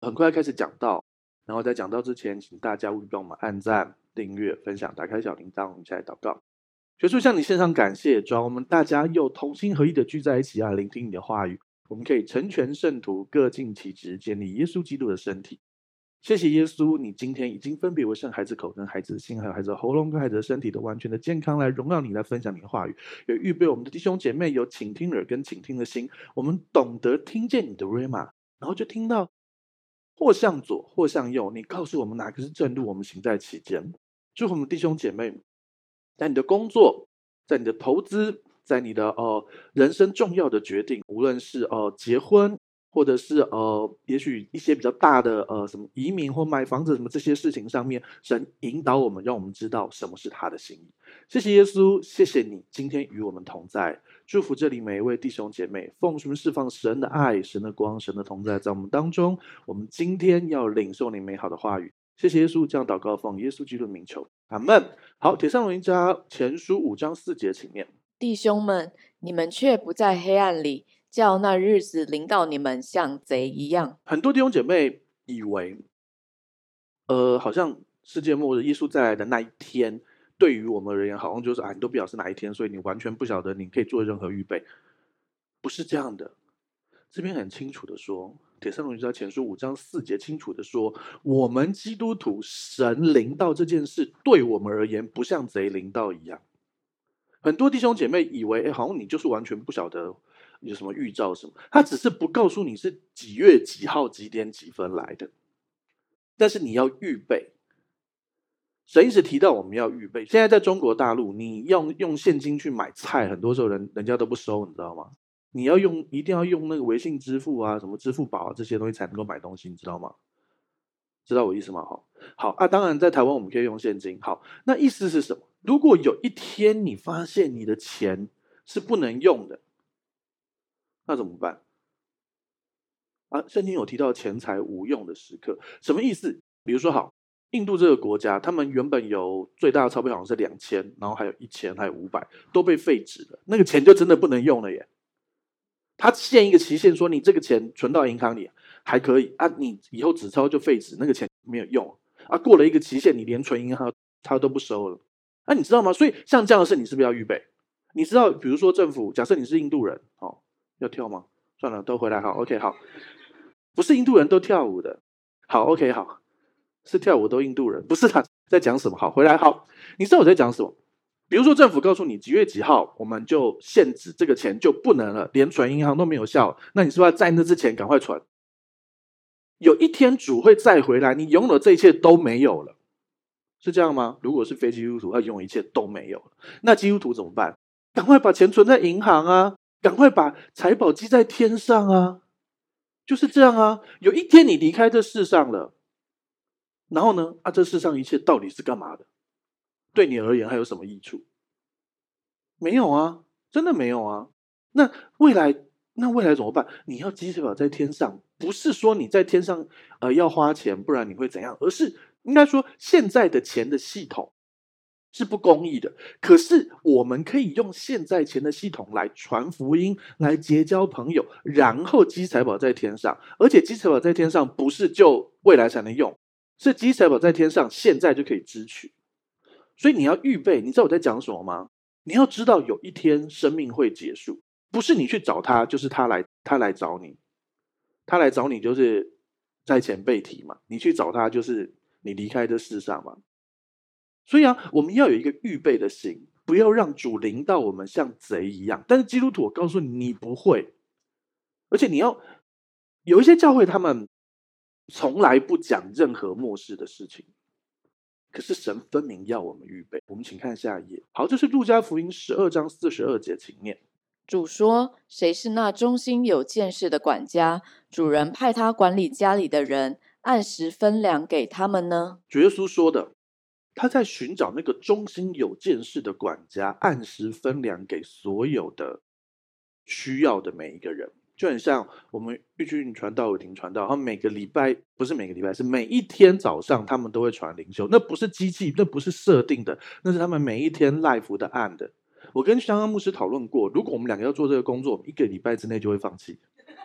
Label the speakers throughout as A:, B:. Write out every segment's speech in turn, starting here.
A: 很快开始讲到，然后在讲到之前，请大家务必帮我们按赞、订阅、分享、打开小铃铛，我们一起来祷告。学出向你献上感谢，主要我们大家又同心合意的聚在一起聆听你的话语，我们可以成全圣徒，各尽其职，建立耶稣基督的身体。谢谢耶稣，你今天已经分别为圣孩子口跟孩子的心，还有孩子的喉咙跟孩子的身体的完全的健康，来荣耀你，来分享你的话语，也预备我们的弟兄姐妹有倾听耳跟倾听的心，我们懂得听见你的 rhema，然后就听到或向左或向右，你告诉我们哪个是正路，我们行在其间。祝福我们弟兄姐妹，在你的工作，在你的投资，在你的人生重要的决定，无论是结婚，或者是也许一些比较大的什么移民或买房子什么这些事情上面，神引导我们，让我们知道什么是他的心意。谢谢耶稣，谢谢你今天与我们同在，祝福这里每一位弟兄姐妹，奉主释放神的爱、神的光、神的同在在我们当中。我们今天要领受你美好的话语。谢谢耶稣，这样祷告奉耶稣基督的名求，阿门。好，铁上龙家前书5章4节，请念。
B: 弟兄们，你们却不在黑暗里，叫那日子临到你们像贼一样。
A: 很多弟兄姐妹以为，好像世界末日耶稣再来的那一天，对于我们而言，好像就是你都不晓得是哪一天，所以你完全不晓得你可以做任何预备。不是这样的，这边很清楚的说，铁上龙家前书5章4节清楚的说，我们基督徒神临到这件事，对我们而言不像贼临到一样。很多弟兄姐妹以为，好像你就是完全不晓得有什么预兆什么，他只是不告诉你是几月几号几点几分来的，但是你要预备。神一直提到我们要预备。现在在中国大陆，你用现金去买菜，很多时候人家都不收，你知道吗？你一定要用那个微信支付啊，什么支付宝啊这些东西才能够买东西，你知道吗？知道我意思吗？好啊，当然在台湾我们可以用现金。好，那意思是什么？如果有一天你发现你的钱是不能用的，那怎么办？圣经有提到钱财无用的时刻，什么意思？比如说，好，印度这个国家，他们原本有最大的钞票好像是2000，然后还有1000，还有500，都被废止了，那个钱就真的不能用了耶。他限一个期限，说你这个钱存到银行里还可以啊，你以后纸钞就废止，那个钱没有用啊。过了一个期限，你连存银行他都不收了。你知道吗？所以像这样的事，你是不是要预备？你知道，比如说政府，假设你是印度人，要跳吗？算了，都回来，好 ，OK， 好，不是印度人都跳舞的，好 ，OK， 好，是跳舞都印度人，不是他在讲什么？好，回来，好，你知道我在讲什么？比如说政府告诉你几月几号，我们就限制这个钱就不能了，连存银行都没有效，那你是不是要在那之前赶快存？有一天主会再回来，你拥有这一切都没有了，是这样吗？如果是非基督徒，他拥有一切都没有了，那基督徒怎么办？赶快把钱存在银行啊，赶快把财宝积在天上啊，就是这样啊。有一天你离开这世上了，然后呢？这世上一切到底是干嘛的？对你而言还有什么益处？没有啊，真的没有啊。那未来怎么办？你要积财宝在天上，不是说你在天上要花钱，不然你会怎样？而是应该说，现在的钱的系统是不公义的。可是我们可以用现在钱的系统来传福音，来结交朋友，然后积财宝在天上。而且积财宝在天上不是就未来才能用，是积财宝在天上，现在就可以支取。所以你要预备，你知道我在讲什么吗？你要知道有一天生命会结束，不是你去找他，就是他来找你。他来找你就是在前被提嘛，你去找他就是你离开这世上嘛。所以我们要有一个预备的心，不要让主临到我们像贼一样。但是基督徒，我告诉你，你不会。而且你要有一些教会，他们从来不讲任何末世的事情。可是神分明要我们预备。我们请看下一页。好，这是路加福音12章42节，请念。
B: 主说：谁是那忠心有见识的管家？主人派他管理家里的人，按时分粮给他们呢？
A: 主耶稣说的，他在寻找那个忠心有见识的管家，按时分粮给所有的需要的每一个人。就很像我们玉君传道、有庭传道，他们每个礼拜，不是每个礼拜，是每一天早上他们都会传灵修。那不是机器，那不是设定的，那是他们每一天 live 的按的。我跟香香牧师讨论过，如果我们两个要做这个工作，1个礼拜之内就会放弃。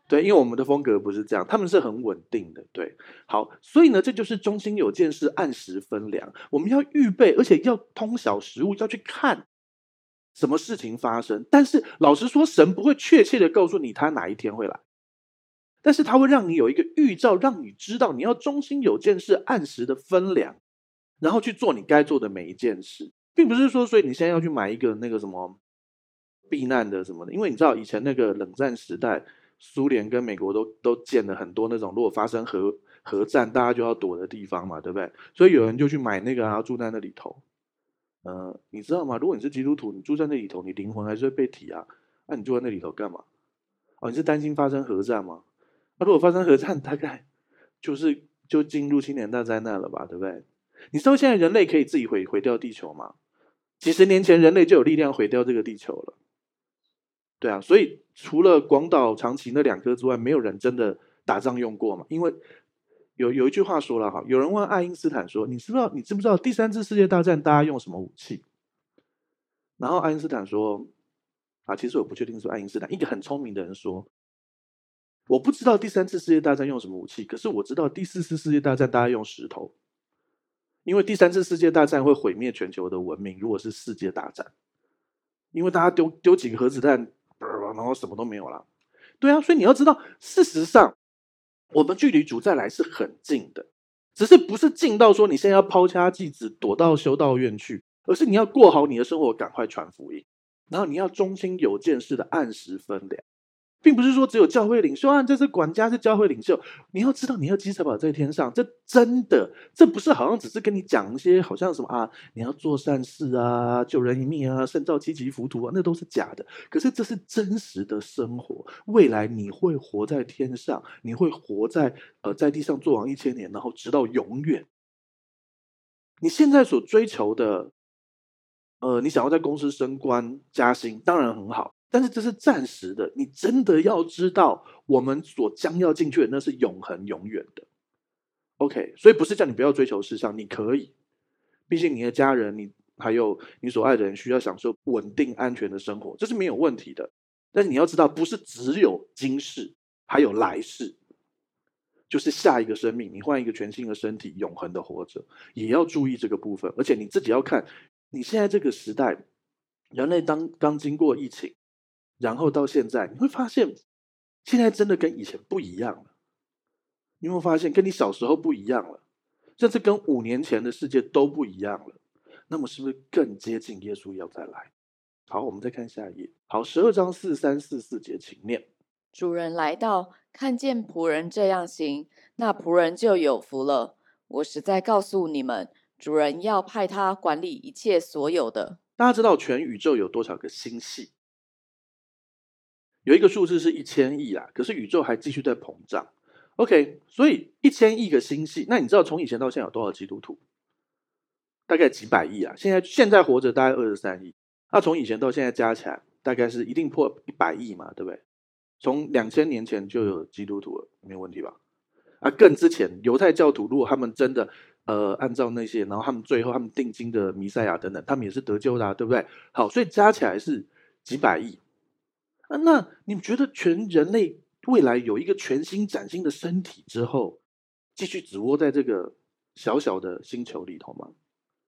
A: 对，因为我们的风格不是这样，他们是很稳定的。对，好，所以呢，这就是中心有见识，按时分粮。我们要预备，而且要通晓时务，要去看什么事情发生。但是老实说，神不会确切的告诉你他哪一天会来，但是他会让你有一个预兆，让你知道你要中心有见识，按时的分粮，然后去做你该做的每一件事，并不是说，所以你现在要去买一个那个什么避难的什么的，因为你知道以前那个冷战时代，苏联跟美国都建了很多那种如果发生核战大家就要躲的地方嘛，对不对？所以有人就去买那个啊，住在那里头。你知道吗？如果你是基督徒，你住在那里头，你灵魂还是会被提啊。那你住在那里头干嘛？哦，你是担心发生核战吗？那如果发生核战，大概就进入青年大灾难了吧，对不对？你知道现在人类可以自己毁掉地球吗？几十年前人类就有力量毁掉这个地球了。对啊，所以除了广岛、长崎那2颗之外，没有人真的打仗用过嘛。因为有一句话说了哈，有人问爱因斯坦说：“你知不知道第3次世界大战大家用什么武器？”然后爱因斯坦说：“其实我不确定是爱因斯坦，一个很聪明的人说，我不知道第3次世界大战用什么武器，可是我知道第4次世界大战大家用石头，因为第3次世界大战会毁灭全球的文明。如果是世界大战，因为大家丢几个核子弹。”然后什么都没有了。对啊，所以你要知道，事实上我们距离主再来是很近的，只是不是近到说你现在要抛家弃子躲到修道院去，而是你要过好你的生活，赶快传福音，然后你要忠心有见识的按时分粮。并不是说只有教会领袖这是管家是教会领袖，你要知道你要积财宝在天上，这真的，这不是好像只是跟你讲一些好像什么你要做善事救人一命胜造七级浮屠那都是假的。可是这是真实的生活，未来你会活在天上，你会活在在地上作王1000年，然后直到永远。你现在所追求的你想要在公司升官加薪，当然很好，但是这是暂时的。你真的要知道，我们所将要进去的那是永恒永远的。OK， 所以不是叫你不要追求世上，你可以，毕竟你的家人，你还有你所爱的人需要享受稳定安全的生活，这是没有问题的。但是你要知道，不是只有今世，还有来世，就是下一个生命，你换一个全新的身体，永恒的活着，也要注意这个部分。而且你自己要看，你现在这个时代，人类刚经过疫情，然后到现在，你会发现，现在真的跟以前不一样了。你有没有发现，跟你小时候不一样了，甚至跟5年前的世界都不一样了？那么是不是更接近耶稣要再来？好，我们再看下一页。好，12章43、44节，请念。
B: 主人来到，看见仆人这样行，那仆人就有福了。我实在告诉你们，主人要派他管理一切所有的。
A: 大家知道全宇宙有多少个星系？有一个数字是1000亿可是宇宙还继续在膨胀。OK， 所以1000亿个星系，那你知道从以前到现在有多少基督徒？大概几百亿现在活着大概23亿，那从以前到现在加起来，大概是一定破100亿嘛，对不对？从2000年前就有基督徒了，没有问题吧？更之前犹太教徒，如果他们真的按照那些，然后他们最后他们定金的弥赛亚等等，他们也是得救的对不对？好，所以加起来是几百亿。那你们觉得全人类未来有一个全新崭新的身体之后，继续只窝在这个小小的星球里头吗？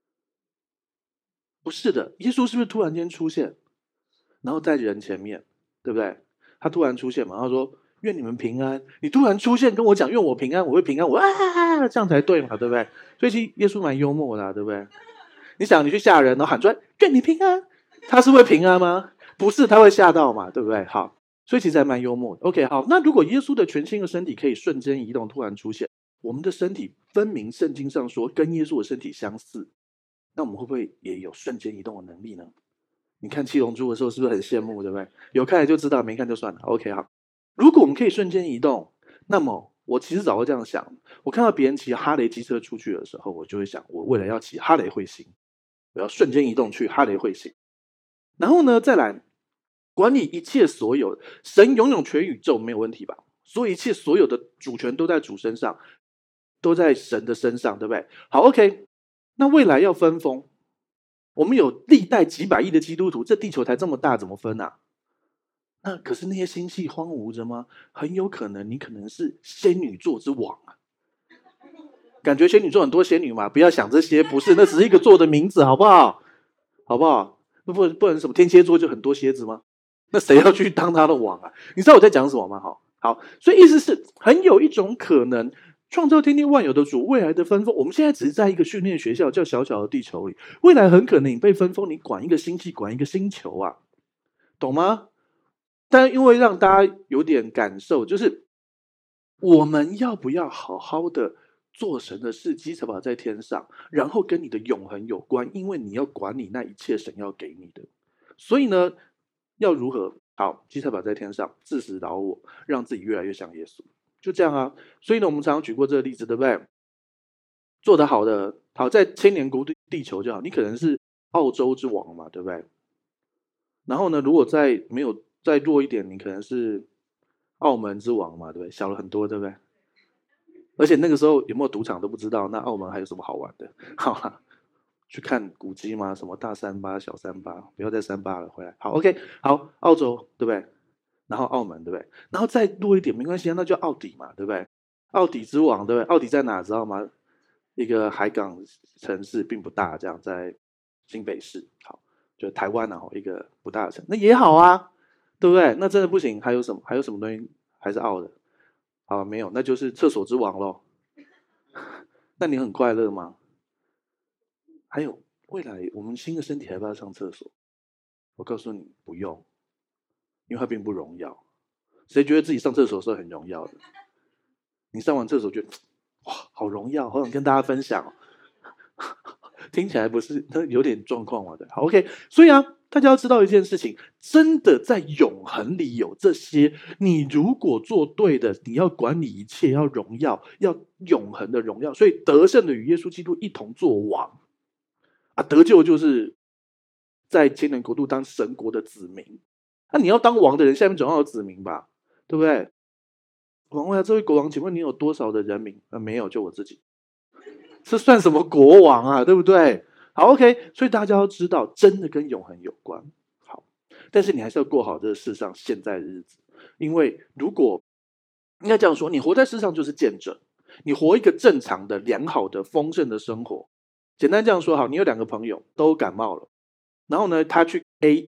A: 不是的，耶稣是不是突然间出现，然后在人前面，对不对？他突然出现嘛，他说愿你们平安。你突然出现跟我讲愿我平安，我会平安，我这样才对嘛，对不对？所以其实耶稣蛮幽默的对不对？你想你去吓人，然后喊出来愿你平安，他是会平安吗？不是，他会吓到嘛，对不对？好，所以其实还蛮幽默的。OK， 好，那如果耶稣的全新的身体可以瞬间移动，突然出现，我们的身体分明圣经上说跟耶稣的身体相似，那我们会不会也有瞬间移动的能力呢？你看七龙珠的时候是不是很羡慕，对不对？有看就知道，没看就算了。OK， 好，如果我们可以瞬间移动，那么我其实早就这样想，我看到别人骑哈雷机车出去的时候，我就会想，我未来要骑哈雷彗星，我要瞬间移动去哈雷彗星。然后呢，再来管理一切所有，神拥有全宇宙没有问题吧？所以一切所有的主权都在主身上，都在神的身上，对不对？好 ，OK， 那未来要分封，我们有历代几百亿的基督徒，这地球才这么大，怎么分啊？ 那可是那些星系荒芜着吗？很有可能你可能是仙女座之王啊。感觉仙女座很多仙女嘛，不要想这些，不是，那只是一个座的名字，好不好？好不好？不能什么天蝎座就很多蝎子吗？那谁要去当他的王啊？你知道我在讲什么吗？好，所以意思是很有一种可能，创造天地万有的主未来的分封，我们现在只是在一个训练学校叫小小的地球里，未来很可能你被分封，你管一个星系，管一个星球啊，懂吗？但因为让大家有点感受，就是我们要不要好好的做神的事，积财宝在天上，然后跟你的永恒有关，因为你要管理那一切神要给你的。所以呢，要如何好积财宝在天上，致死饶我，让自己越来越像耶稣，就这样啊。所以呢，我们常常举过这个例子，对不对？做得好的，好在千年国地球就好，你可能是澳洲之王嘛，对不对？然后呢，如果再没有再弱一点，你可能是澳门之王嘛，对不对？小了很多，对不对？而且那个时候有没有赌场都不知道，那澳门还有什么好玩的？好啦，去看古迹吗？什么大三巴、小三巴，不要再三巴了，回来。好，OK，好，澳洲对不对？然后澳门对不对？然后再弱一点没关系啊，那就奥迪嘛，对不对？奥迪之王对不对？奥迪在哪知道吗？一个海港城市，并不大，这样在新北市。好，就台湾啊，一个不大的城，那也好啊，对不对？那真的不行，还有什么？还有什么东西还是澳的？好，没有，那就是厕所之王咯。那你很快乐吗？还有未来我们新的身体还要不要上厕所？我告诉你，不用，因为它并不荣耀。谁觉得自己上厕所是很荣耀的？你上完厕所觉得哇，好荣耀，好想跟大家分享哦。听起来不是，那有点状况嘛？对，好 ，OK。所以啊，大家要知道一件事情，真的在永恒里有这些。你如果做对的，你要管理一切，要荣耀，要永恒的荣耀。所以得胜的与耶稣基督一同作王啊，得救就是在千年国度当神国的子民。那、你要当王的人，下面总要有子民吧？对不对？王问这位国王，请问你有多少的人民？没有，就我自己。这算什么国王啊？对不对？好 ，OK。所以大家要知道，真的跟永恒有关。好，但是你还是要过好这个世上现在的日子，因为如果应该这样说，你活在世上就是见证，你活一个正常的、良好的、丰盛的生活。简单这样说好，你有两个朋友都感冒了，然后呢，他去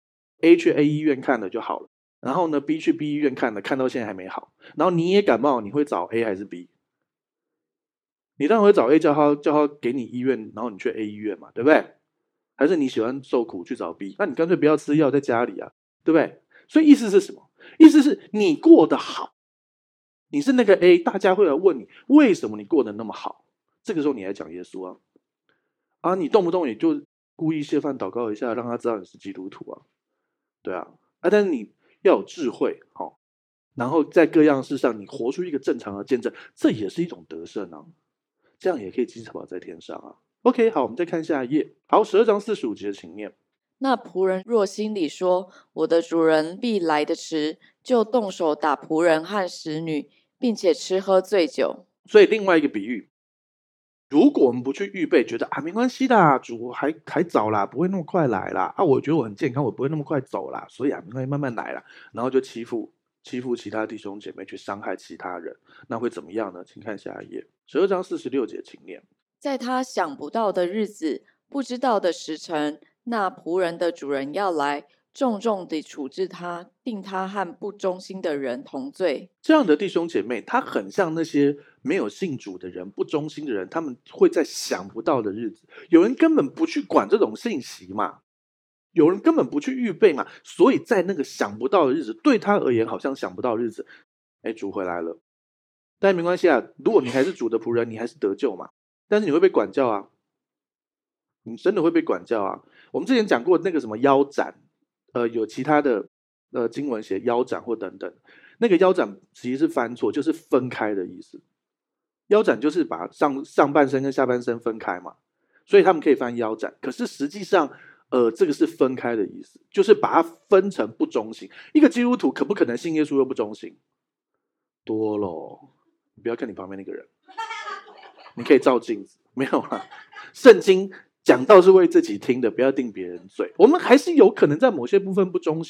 A: A 去 A 医院看了就好了，然后呢 B 去 B 医院看了，看到现在还没好，然后你也感冒，你会找 A 还是 B？你当然会找 A 叫他给你医院，然后你去 A 医院嘛，对不对？还是你喜欢受苦去找 B？那你干脆不要吃药，在家里啊，对不对？所以意思是什么？意思是你过得好，你是那个 A，大家会来问你为什么你过得那么好？这个时候你来讲耶稣啊，你动不动也就故意谢饭祷告一下，让他知道你是基督徒啊，对啊，但是你要有智慧，然后在各样事上你活出一个正常的见证，这也是一种得胜啊。这样也可以积财宝在天上啊。OK， 好，我们再看下一页。好，12章45节，请念。
B: 那仆人若心里说：“我的主人必来得迟”，就动手打仆人和使女，并且吃喝醉酒。
A: 所以另外一个比喻，如果我们不去预备，觉得没关系啦，主还早啦，不会那么快来啦。我觉得我很健康，我不会那么快走啦，所以没关系，慢慢来啦。然后就欺负其他弟兄姐妹，去伤害其他人，那会怎么样呢？请看下一页，12章46节，请念。
B: 在他想不到的日子，不知道的时辰，那仆人的主人要来，重重地处置他，定他和不忠心的人同罪。
A: 这样的弟兄姐妹，他很像那些没有信主的人、不忠心的人，他们会在想不到的日子，有人根本不去管这种信息嘛，有人根本不去预备嘛，所以在那个想不到的日子，对他而言好像想不到的日子，主回来了，但没关系啊，如果你还是主的仆人，你还是得救嘛，但是你会被管教啊，你真的会被管教啊。我们之前讲过那个什么腰斩，有其他的经文写腰斩或等等，那个腰斩其实是翻错，就是分开的意思。腰斩就是把上半身跟下半身分开嘛，所以他们可以翻腰斩。可是实际上，这个是分开的意思，就是把它分成不忠心。一个基督徒可不可能信耶稣又不忠心？多咯，你不要看你旁边那个人，你可以照镜子，没有啦。圣经讲道是为自己听的，不要定别人罪。我们还是有可能在某些部分不忠心啊，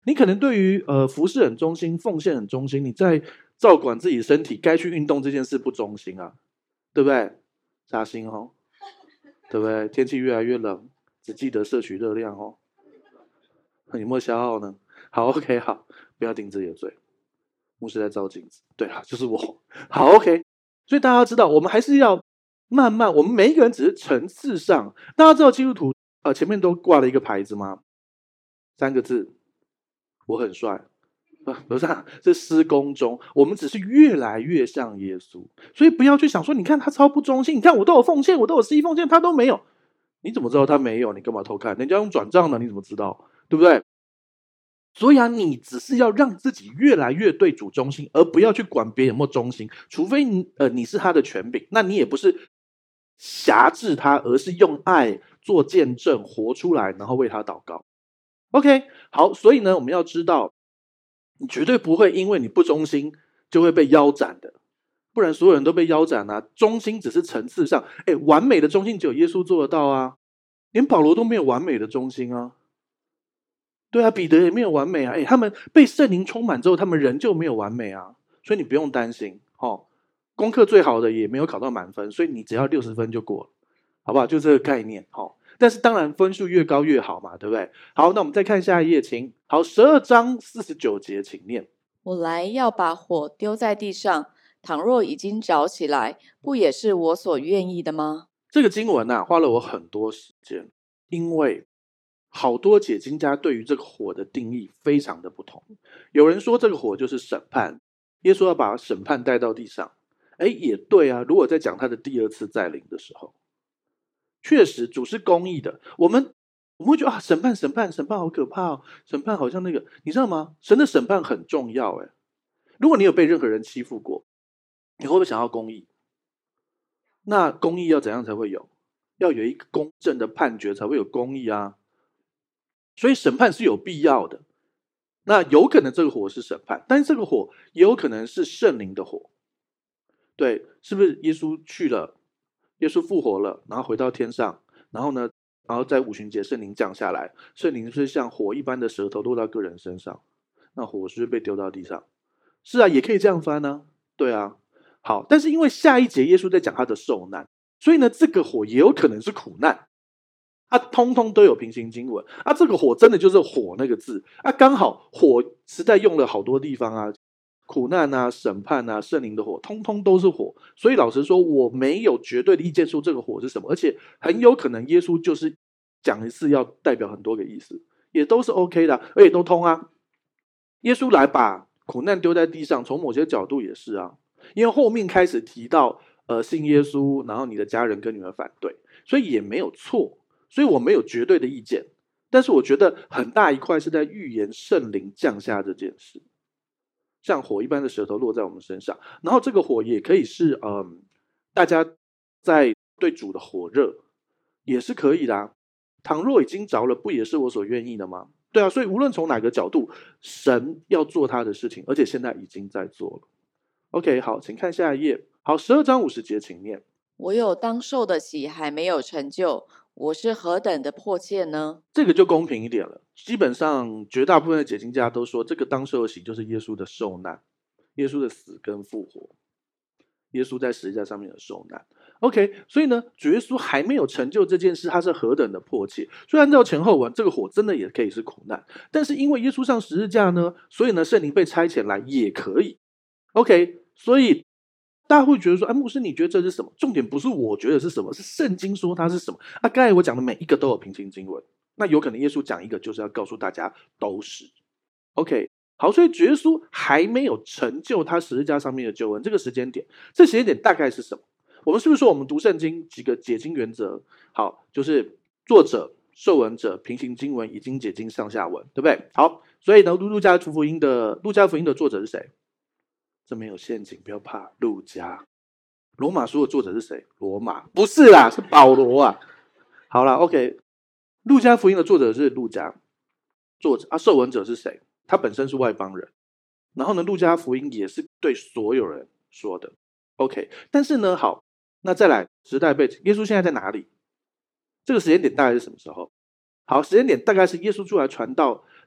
A: 你可能对于服侍很忠心，奉献很忠心，你在照管自己身体该去运动这件事不忠心啊，对不对？扎心哦，对不对？天气越来越冷，只记得摄取热量哦，有没有消耗呢？好 ，OK， 好，不要定自己的罪。牧师在照镜子，对啊，就是我。好 ，OK。所以大家要知道，我们还是要慢慢，我们每一个人只是层次上。大家知道基督徒前面都挂了一个牌子吗？3个字，我很帅。不是啊，是施工中，我们只是越来越像耶稣，所以不要去想说，你看他超不忠心，你看我都有奉献，我都有施奉献，他都没有，你怎么知道他没有？你干嘛偷看？人家用转账的，你怎么知道？对不对？所以啊，你只是要让自己越来越对主忠心，而不要去管别人有没有忠心，除非你是他的权柄，那你也不是辖制他，而是用爱做见证，活出来，然后为他祷告。OK， 好，所以呢，我们要知道，你绝对不会因为你不忠心就会被腰斩的，不然所有人都被腰斩啊。忠心只是层次上，完美的忠心只有耶稣做得到啊，连保罗都没有完美的忠心啊。对啊，彼得也没有完美啊，他们被圣灵充满之后，他们仍旧没有完美啊，所以你不用担心哦。功课最好的也没有考到满分，所以你只要60分就过了，好不好？就这个概念哦。但是当然分数越高越好嘛，对不对？好，那我们再看下一页，请。好，12章49节，请念。
B: 我来要把火丢在地上，倘若已经着起来，不也是我所愿意的吗？
A: 这个经文啊，花了我很多时间，因为好多解经家对于这个火的定义非常的不同。有人说这个火就是审判，耶稣要把审判带到地上。也对啊，如果在讲他的第2次再临的时候，确实主是公义的。我们会觉得啊，审判好可怕哦，审判好像那个，你知道吗？神的审判很重要。如果你有被任何人欺负过，你会不会想要公义？那公义要怎样才会有？要有一个公正的判决才会有公义啊。所以审判是有必要的。那有可能这个火是审判，但是这个火也有可能是圣灵的火。对，是不是耶稣去了，耶稣复活了，然后回到天上，然后呢，然后在五旬节圣灵降下来，圣灵是像火一般的舌头落到个人身上，那火是不是被丢到地上？是啊，也可以这样翻呢。对啊，好，但是因为下一节耶稣在讲他的受难，所以呢，这个火也有可能是苦难。通通都有平行经文啊，这个火真的就是火那个字啊，刚好火实在用了好多地方啊，苦难啊、审判啊、圣灵的火，通通都是火。所以老实说，我没有绝对的意见说这个火是什么，而且很有可能耶稣就是讲一次要代表很多个意思，也都是 OK 的，而且都通啊。耶稣来把苦难丢在地上，从某些角度也是啊，因为后面开始提到信耶稣，然后你的家人跟你们反对，所以也没有错。所以我没有绝对的意见，但是我觉得很大一块是在预言圣灵降下这件事，像火一般的舌头落在我们身上，然后这个火也可以是大家在对主的火热，也是可以的啊。倘若已经着了，不也是我所愿意的吗？对啊，所以无论从哪个角度，神要做他的事情，而且现在已经在做了。OK， 好，请看下一页。好，12章50节，请念。
B: 我有当受的喜还没有成就，我是何等的迫切呢？
A: 这个就公平一点了。基本上绝大部分的解经家都说，这个当受的喜就是耶稣的受难，耶稣的死跟复活，耶稣在十字架上面的受难。OK， 所以呢，主耶稣还没有成就这件事，他是何等的迫切。所以按照前后文，这个火真的也可以是苦难，但是因为耶稣上十字架呢，所以呢，圣灵被差遣来也可以。OK， 所以大家会觉得说，牧师，你觉得这是什么？重点不是我觉得是什么，是圣经说它是什么啊？刚才我讲的每一个都有平行经文，那有可能耶稣讲一个，就是要告诉大家都是。OK， 好，所以主耶稣还没有成就他十字架上面的救恩，这个时间点，这时间点大概是什么？我们是不是说我们读圣经几个解经原则？好，就是作者、受文者、平行经文、已经解经上下文，对不对？好，所以呢，路加福音的作者是谁？这没有陷阱，不要怕。路加，罗马书的作者是谁？罗马不是啦，是保罗啊。好啦 OK， 路加福音的作者是路加，作者受文者是谁？他本身是外邦人。然后呢，路加福音也是对所有人说的。OK， 但是呢，好，那再来时代背景，耶稣现在在哪里？这个时间点大概是什么时候？好，时间点大概是耶稣出来传道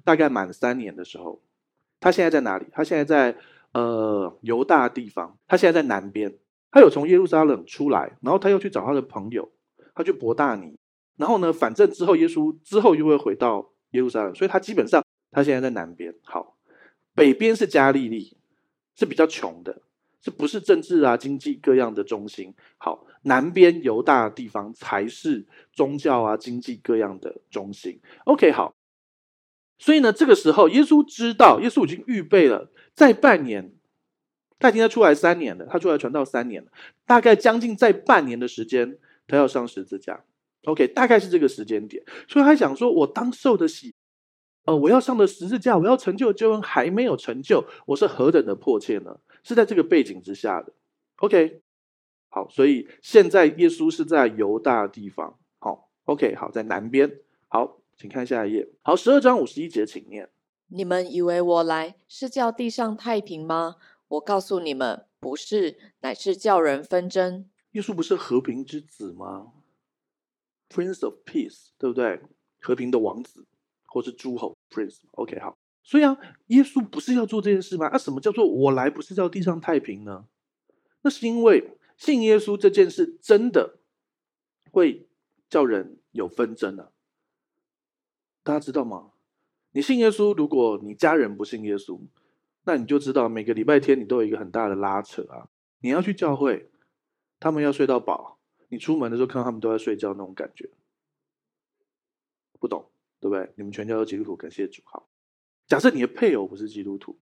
A: 大概满3年的时候，他现在在哪里？他现在在犹大地方，他现在在南边。他有从耶路撒冷出来，然后他又去找他的朋友，他去伯大尼。然后呢，反正之后耶稣之后又会回到耶路撒冷，所以他基本上他现在在南边。好，北边是加利利，是比较穷的，是不是政治啊、经济各样的中心？好，南边犹大地方才是宗教啊、经济各样的中心。OK， 好。所以呢，这个时候耶稣知道，耶稣已经预备了，再半年，他已经出来3年了，他出来传道3年了，大概将近在半年的时间，他要上十字架。OK， 大概是这个时间点，所以他想说，我当受的洗，我要上的十字架，我要成就的救恩还没有成就，我是何等的迫切呢？是在这个背景之下的。OK， 好，所以现在耶稣是在犹大地方。好 ，OK， 好，在南边。好，请看下一页。好，12章51节，请念。
B: 你们以为我来是叫地上太平吗？我告诉你们，不是，乃是叫人纷争。
A: 耶稣不是和平之子吗？ Prince of Peace， 对不对？和平的王子，或是诸侯 Prince。OK， 好。所以啊，耶稣不是要做这件事吗？什么叫做我来不是叫地上太平呢？那是因为信耶稣这件事真的会叫人有纷争啊。大家知道吗？你信耶稣，如果你家人不信耶稣，那你就知道每个礼拜天你都有一个很大的拉扯啊。你要去教会，他们要睡到饱，你出门的时候看到他们都在睡觉那种感觉，不懂对不对？你们全家都基督徒，感谢主。好，假设你的配偶不是基督徒，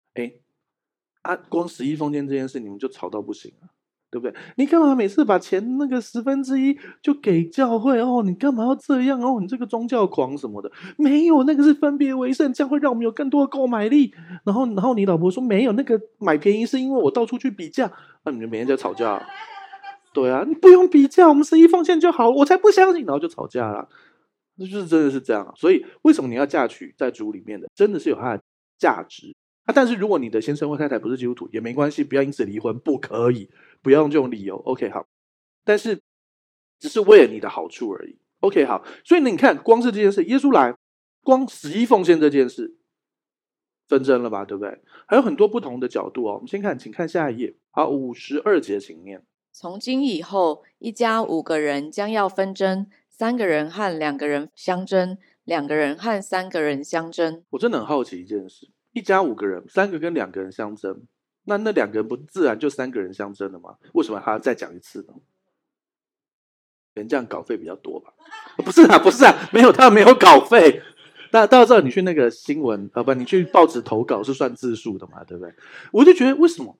A: 光11奉献这件事你们就吵到不行啊，对不对？你干嘛每次把钱那个1/10就给教会哦？你干嘛要这样哦？你这个宗教狂什么的，没有，那个是分别为圣，这样会让我们有更多的购买力。然后你老婆说没有，那个买便宜是因为我到处去比价，那你们每天在吵架。对啊，你不用比较，我们11奉献就好，我才不相信，然后就吵架了。那就是真的是这样。所以为什么你要嫁娶在主里面的，真的是有它的价值。但是如果你的先生或太太不是基督徒也没关系，不要因此离婚，不可以，不要用这种理由。OK， 好，但是只是为了你的好处而已。OK， 好，所以你看，光是这件事，耶稣来，光11奉献这件事，纷争了吧，对不对？还有很多不同的角度哦。我们先看，请看下一页。好，52节，请念。
B: 从今以后，一家5个人将要纷争，3个人和2个人相争，2个人和3个人相争。
A: 我真的很好奇一件事。一家5个人，3个跟2个人相争，那2个人不自然就3个人相争了吗？为什么还要再讲一次呢？人这样稿费比较多吧？不是啊，没有，他没有稿费。大家知道你去那个新闻，你去报纸投稿是算字数的嘛，对不对？我就觉得为什么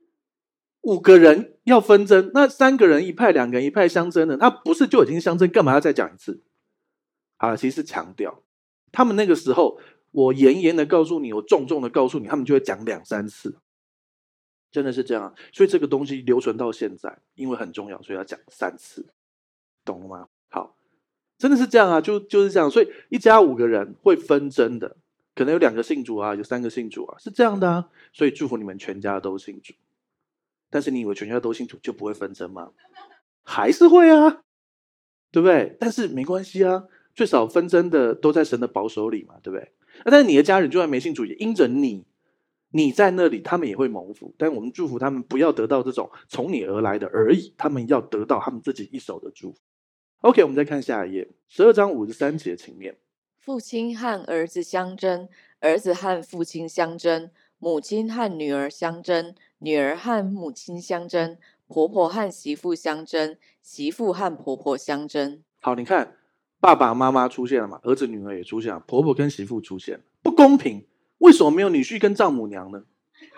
A: 5个人要纷争，那3个人一派，2个人一派相争呢？他不是就已经相争，干嘛要再讲一次？好了，其实强调他们那个时候。我严严的告诉你，我重重的告诉你，他们就会讲2、3次，真的是这样。所以这个东西留存到现在，因为很重要，所以要讲3次，懂了吗？好，真的是这样啊，就是这样。所以一家5个人会纷争的，可能有2个信主啊，有3个信主啊，是这样的啊。所以祝福你们全家都信主。但是你以为全家都信主就不会纷争吗？还是会啊，对不对？但是没关系啊，最少纷争的都在神的保守里嘛，对不对？但是你的家人就算没信主，也因着你在那里，他们也会蒙福。但我们祝福他们不要得到这种从你而来的而已，他们要得到他们自己一手的祝福。OK， 我们再看下一页，12章53节，请念。
B: 父亲和儿子相争，儿子和父亲相争，母亲和女儿相争，女儿和母亲相争，婆婆和媳妇相争，媳妇和婆婆相争。
A: 好，你看爸爸妈妈出现了嘛，儿子女儿也出现了，婆婆跟媳妇出现了，不公平。为什么没有女婿跟丈母娘呢？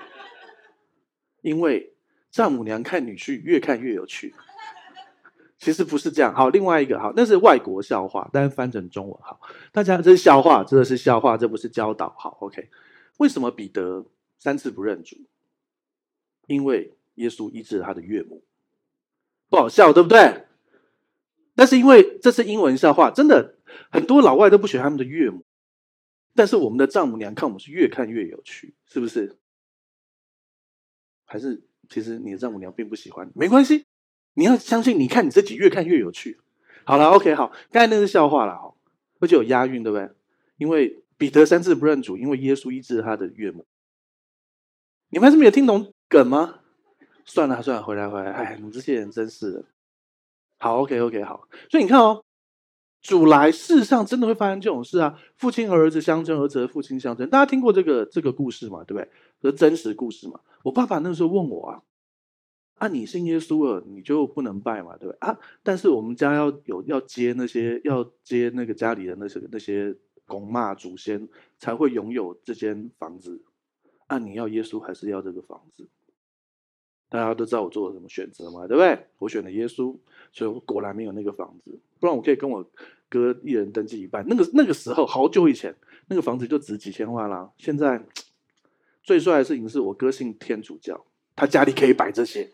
A: 因为丈母娘看女婿越看越有趣。其实不是这样。好，另外一个，好，那是外国笑话，但是翻成中文。好，大家这是笑话，这是笑话，这不是教导。好 ，OK。为什么彼得3次不认主？因为耶稣医治了他的岳母。不好笑，对不对？但是因为这是英文笑话，真的很多老外都不喜欢他们的岳母。但是我们的丈母娘看我们是越看越有趣，是不是？还是其实你的丈母娘并不喜欢，没关系，你要相信，你看你自己越看越有趣。好了 ，OK， 好，刚才那是笑话了，而且有押韵，对不对？因为彼得3次不认主，因为耶稣医治他的岳母。你们还是没有听懂梗吗？算了，回来，哎，你们这些人真是的。好 ，OK， 好。所以你看哦，主来，事实上真的会发生这种事啊！父亲和儿子相争，儿子和父亲相争。大家听过这个故事嘛？对不对？这是真实故事嘛？我爸爸那时候问我你信耶稣了，你就不能拜嘛，对不对？但是我们家要接那个家里的那些公妈祖先，才会拥有这间房子。你要耶稣还是要这个房子？大家都知道我做了什么选择嘛，对不对？我选了耶稣，所以我果然没有那个房子。不然我可以跟我哥一人登记一半。那个时候好久以前，那个房子就值几千万啦。现在最帅的事情是我哥信天主教，他家里可以摆这些。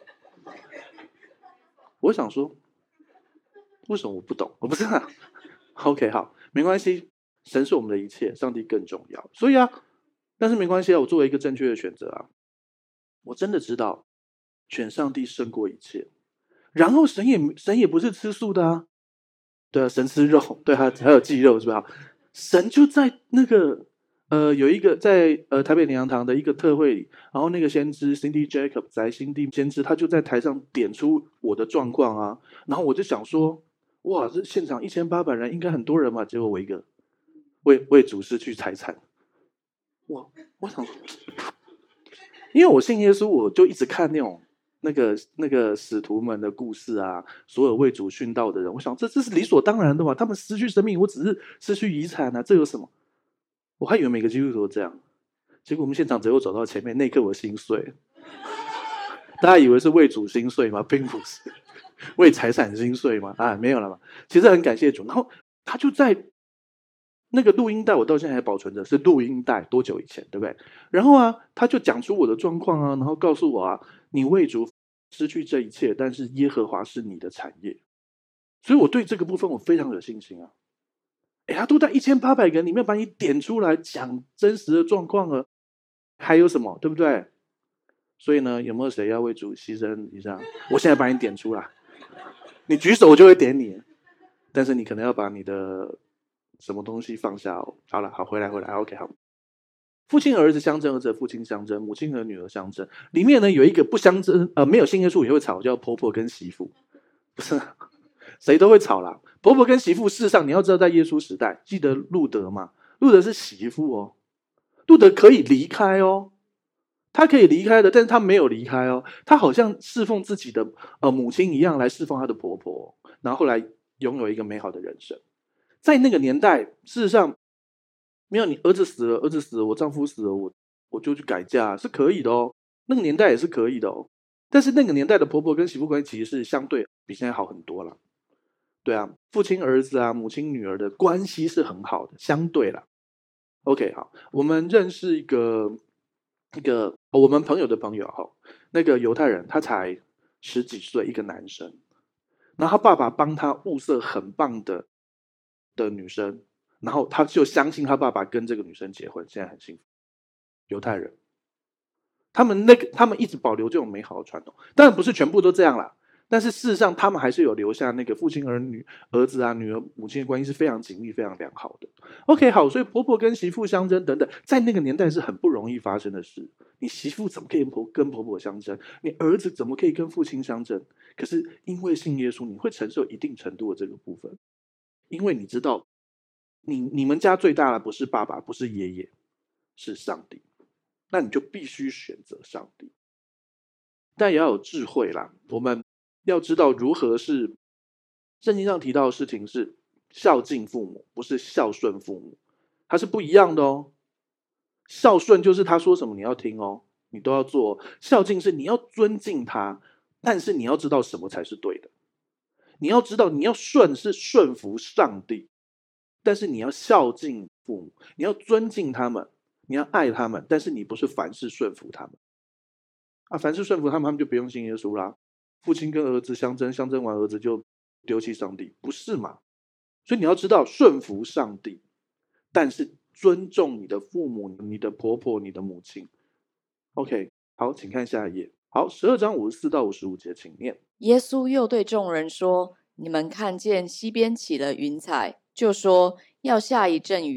A: 我想说，为什么我不懂？我不知道。OK， 好，没关系，神是我们的一切，上帝更重要。所以但是没关系我作为一个正确的选择我真的知道选上帝胜过一切。然后神也不是吃素的对啊，神吃肉，对还有祭肉是吧？神就在那个有一个在台北灵粮堂的一个特会里，然后那个先知 Cindy Jacob 翟辛地先知，他就在台上点出我的状况然后我就想说，哇，这现场1800人，应该很多人嘛，结果我一个为主失去财产，我想说，因为我信耶稣，我就一直看那个使徒们的故事所有为主殉道的人，我想这是理所当然的嘛，他们失去生命，我只是失去遗产这有什么？我还以为每个基督徒都这样，结果我们现场只有走到前面那一刻，我心碎。大家以为是为主心碎吗？并不是，为财产心碎吗？没有了嘛。其实很感谢主，然后他就在那个录音带，我到现在还保存着，是录音带多久以前，对不对？然后他就讲出我的状况然后告诉我你为主失去这一切，但是耶和华是你的产业，所以我对这个部分我非常有信心他都在1800个人里面把你点出来讲真实的状况了，还有什么，对不对？所以呢，有没有谁要为主牺牲一下？我现在把你点出来，你举手我就会点你，但是你可能要把你的什么东西放下好了，好，回来 ，OK， 好。父亲和儿子相争，儿子和父亲相争，母亲和女儿相争。里面呢有一个不相争，没有信耶稣也会吵，叫婆婆跟媳妇，不是谁都会吵啦。婆婆跟媳妇，事实上你要知道，在耶稣时代，记得路德嘛？路德是媳妇路德可以离开他可以离开的，但是他没有离开他好像侍奉自己的母亲一样来侍奉他的婆婆，然后后来拥有一个美好的人生。在那个年代，事实上没有你儿子死了，我丈夫死了，我就去改嫁是可以的那个年代也是可以的但是那个年代的婆婆跟媳妇关系其实是相对比现在好很多了。对父亲儿子母亲女儿的关系是很好的，相对啦。OK， 好，我们认识一个我们朋友的朋友那个犹太人，他才10几岁，一个男生，然后他爸爸帮他物色很棒的女生，然后他就相信他爸爸跟这个女生结婚，现在很幸福。犹太人，他们一直保留这种美好的传统，当然不是全部都这样啦。但是事实上，他们还是有留下那个父亲儿子女儿母亲的关系是非常紧密、非常良好的。OK， 好，所以婆婆跟媳妇相争等等，在那个年代是很不容易发生的事。你媳妇怎么可以跟婆婆相争？你儿子怎么可以跟父亲相争？可是因为信耶稣，你会承受一定程度的这个部分，因为你知道，你们家最大的不是爸爸，不是爷爷，是上帝，那你就必须选择上帝。但也要有智慧啦，我们要知道如何是圣经上提到的事情是孝敬父母，不是孝顺父母，它是不一样的孝顺就是他说什么你要听你都要做。孝敬是你要尊敬他，但是你要知道什么才是对的。你要知道你要顺是顺服上帝，但是你要孝敬父母，你要尊敬他们，你要爱他们，但是你不是凡事顺服他们凡事顺服他们就不用信耶稣啦。父亲跟儿子相争，相争完儿子就丢弃上帝，不是嘛？所以你要知道顺服上帝，但是尊重你的父母、你的婆婆、你的母亲。OK， 好，请看下一页。好，12章54到55节，请念。
B: 耶稣又对众人说：你们看见西边起了云彩，就说要下一阵雨，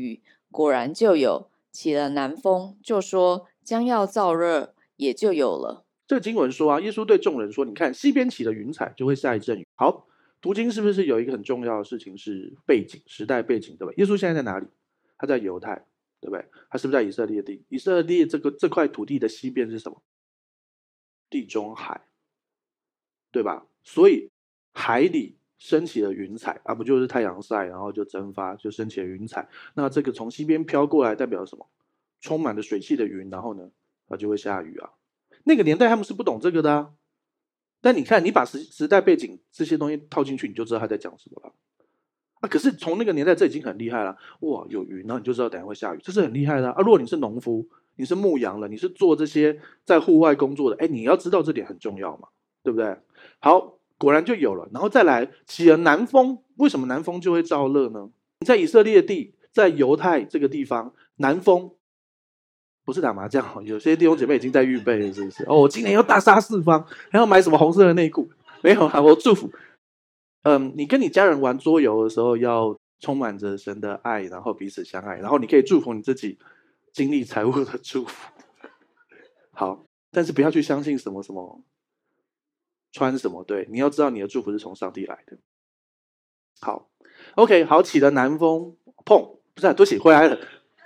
B: 果然就有，起了南风，就说将要燥热，也就有了。
A: 这个经文说啊，耶稣对众人说：“你看，西边起了云彩，就会下一阵雨。”好，读经是不是有一个很重要的事情是背景、时代背景，对吧？耶稣现在在哪里？他在犹太，对不对？他是不是在以色列地？以色列这块土地的西边是什么？地中海，对吧？所以海里升起了云彩啊，不就是太阳晒，然后就蒸发，就升起了云彩。那这个从西边飘过来，代表什么？充满了水汽的云，然后呢，就会下雨啊。那个年代他们是不懂这个的啊。但你看，你把时代背景这些东西套进去，你就知道他在讲什么了。啊，可是从那个年代，这已经很厉害了。哇，有云，然后你就知道等一下会下雨，这是很厉害的啊。如果你是农夫，你是牧羊人，你是做这些在户外工作的，哎，你要知道这点很重要嘛，对不对？好，果然就有了。然后再来，起了南风，为什么南风就会燥热呢？你在以色列地，在犹太这个地方，南风不是打麻将哦，有些弟兄姐妹已经在预备了，是不是？哦，我今年要大杀四方，还要买什么红色的内裤？没有啊，我祝福。你跟你家人玩桌游的时候，要充满着神的爱，然后彼此相爱，然后你可以祝福你自己经历财务的祝福。好，但是不要去相信什么什么穿什么，对，你要知道你的祝福是从上帝来的。好 ，OK， 好，起了南风，砰，不是、啊，对不起，回来了。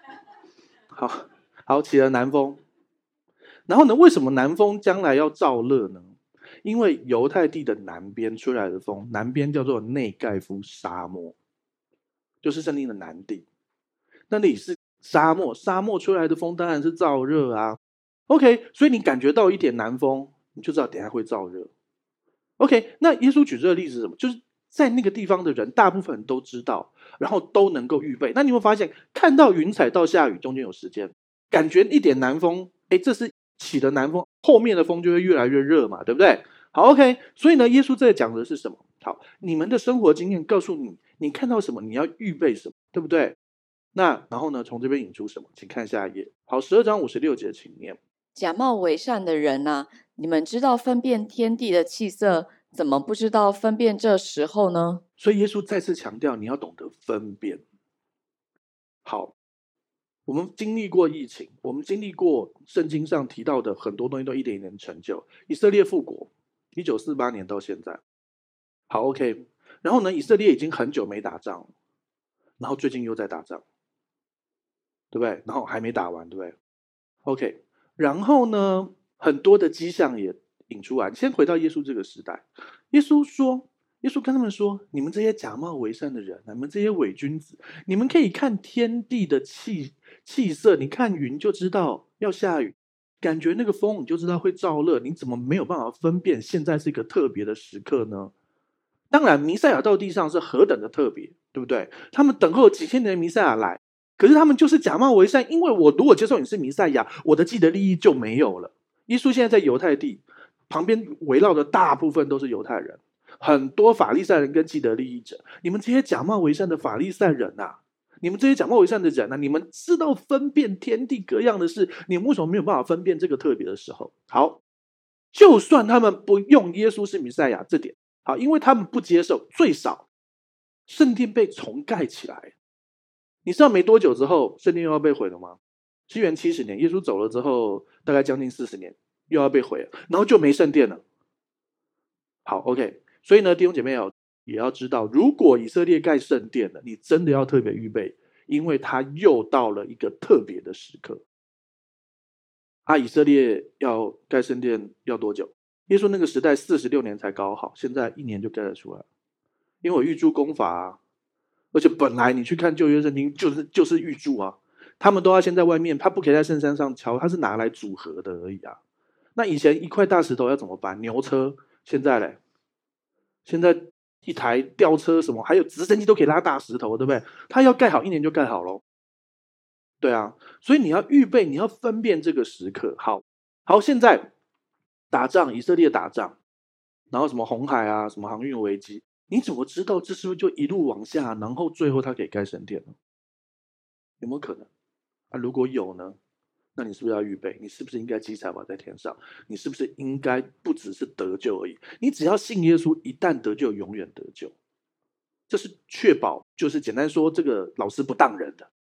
A: 好，起了南风，然后呢，为什么南风将来要燥热呢？因为犹太地的南边吹来的风，南边叫做内盖夫沙漠，就是圣经的南地。那里是沙漠，沙漠吹来的风当然是燥热啊。OK， 所以你感觉到一点南风，你就知道等一下会燥热。OK， 那耶稣举这个例子是什么？就是在那个地方的人，大部分人都知道，然后都能够预备。那你会发现，看到云彩到下雨中间有时间，感觉一点南风，哎，这是起的南风，后面的风就会越来越热嘛，对不对？好 ，OK， 所以呢，耶稣在讲的是什么？好，你们的生活经验告诉你，你看到什么，你要预备什么，对不对？那然后呢，从这边引出什么？请看下一页。好，12章56节，请念。
B: 假冒为善的人啊，你们知道分辨天地的气色，怎么不知道分辨这时候呢？
A: 所以耶稣再次强调，你要懂得分辨。好，我们经历过疫情，我们经历过圣经上提到的很多东西都一点一点成就。以色列复国，1948年到现在，好 OK。然后呢，以色列已经很久没打仗了，然后最近又在打仗，对不对？然后还没打完，对不对 ？OK。然后呢，很多的迹象也引出来。先回到耶稣这个时代，耶稣跟他们说：“你们这些假冒为善的人，你们这些伪君子，你们可以看天地的气色，你看云就知道要下雨，感觉那个风你就知道会燥热，你怎么没有办法分辨现在是一个特别的时刻呢？当然，弥赛亚到地上是何等的特别，对不对？他们等候几千年的弥赛亚来。”可是他们就是假冒为善，因为我如果接受你是弥赛亚，我的既得利益就没有了。耶稣现在在犹太地旁边围绕的大部分都是犹太人，很多法利赛人跟既得利益者。你们这些假冒为善的法利赛人啊，你们这些假冒为善的人啊，你们知道分辨天地各样的事，你们为什么没有办法分辨这个特别的时候？好，就算他们不用耶稣是弥赛亚这点，好，因为他们不接受，最少圣殿被重盖起来。你知道没多久之后，圣殿又要被毁了吗？西元70年，耶稣走了之后，大概将近40年，又要被毁了，然后就没圣殿了。好 ，OK， 所以呢，弟兄姐妹也要知道，如果以色列盖圣殿了，你真的要特别预备，因为它又到了一个特别的时刻。以色列要盖圣殿要多久？耶稣那个时代46年才搞好，现在1年就盖得出来，因为我预祝功法啊。而且本来你去看旧约圣经，就是预祝啊，他们都要先在外面，他不可以在圣山上敲，他是拿来组合的而已啊。那以前一块大石头要怎么搬？牛车，现在嘞，现在一台吊车什么，还有直升机都可以拉大石头，对不对？他要盖好1年就盖好咯。对啊，所以你要预备，你要分辨这个时刻。好，现在打仗，以色列打仗，然后什么红海啊，什么航运危机。你怎么知道这是不是就一路往下，然后最后他可以盖圣殿呢？有没有可能？如果有呢，那你是不是要预备？你是不是应该积财宝在天上？你是不是应该不只是得救而已？你只要信耶稣，一旦得救，永远得救。这是确保，就是简单说，这个老师不当人的。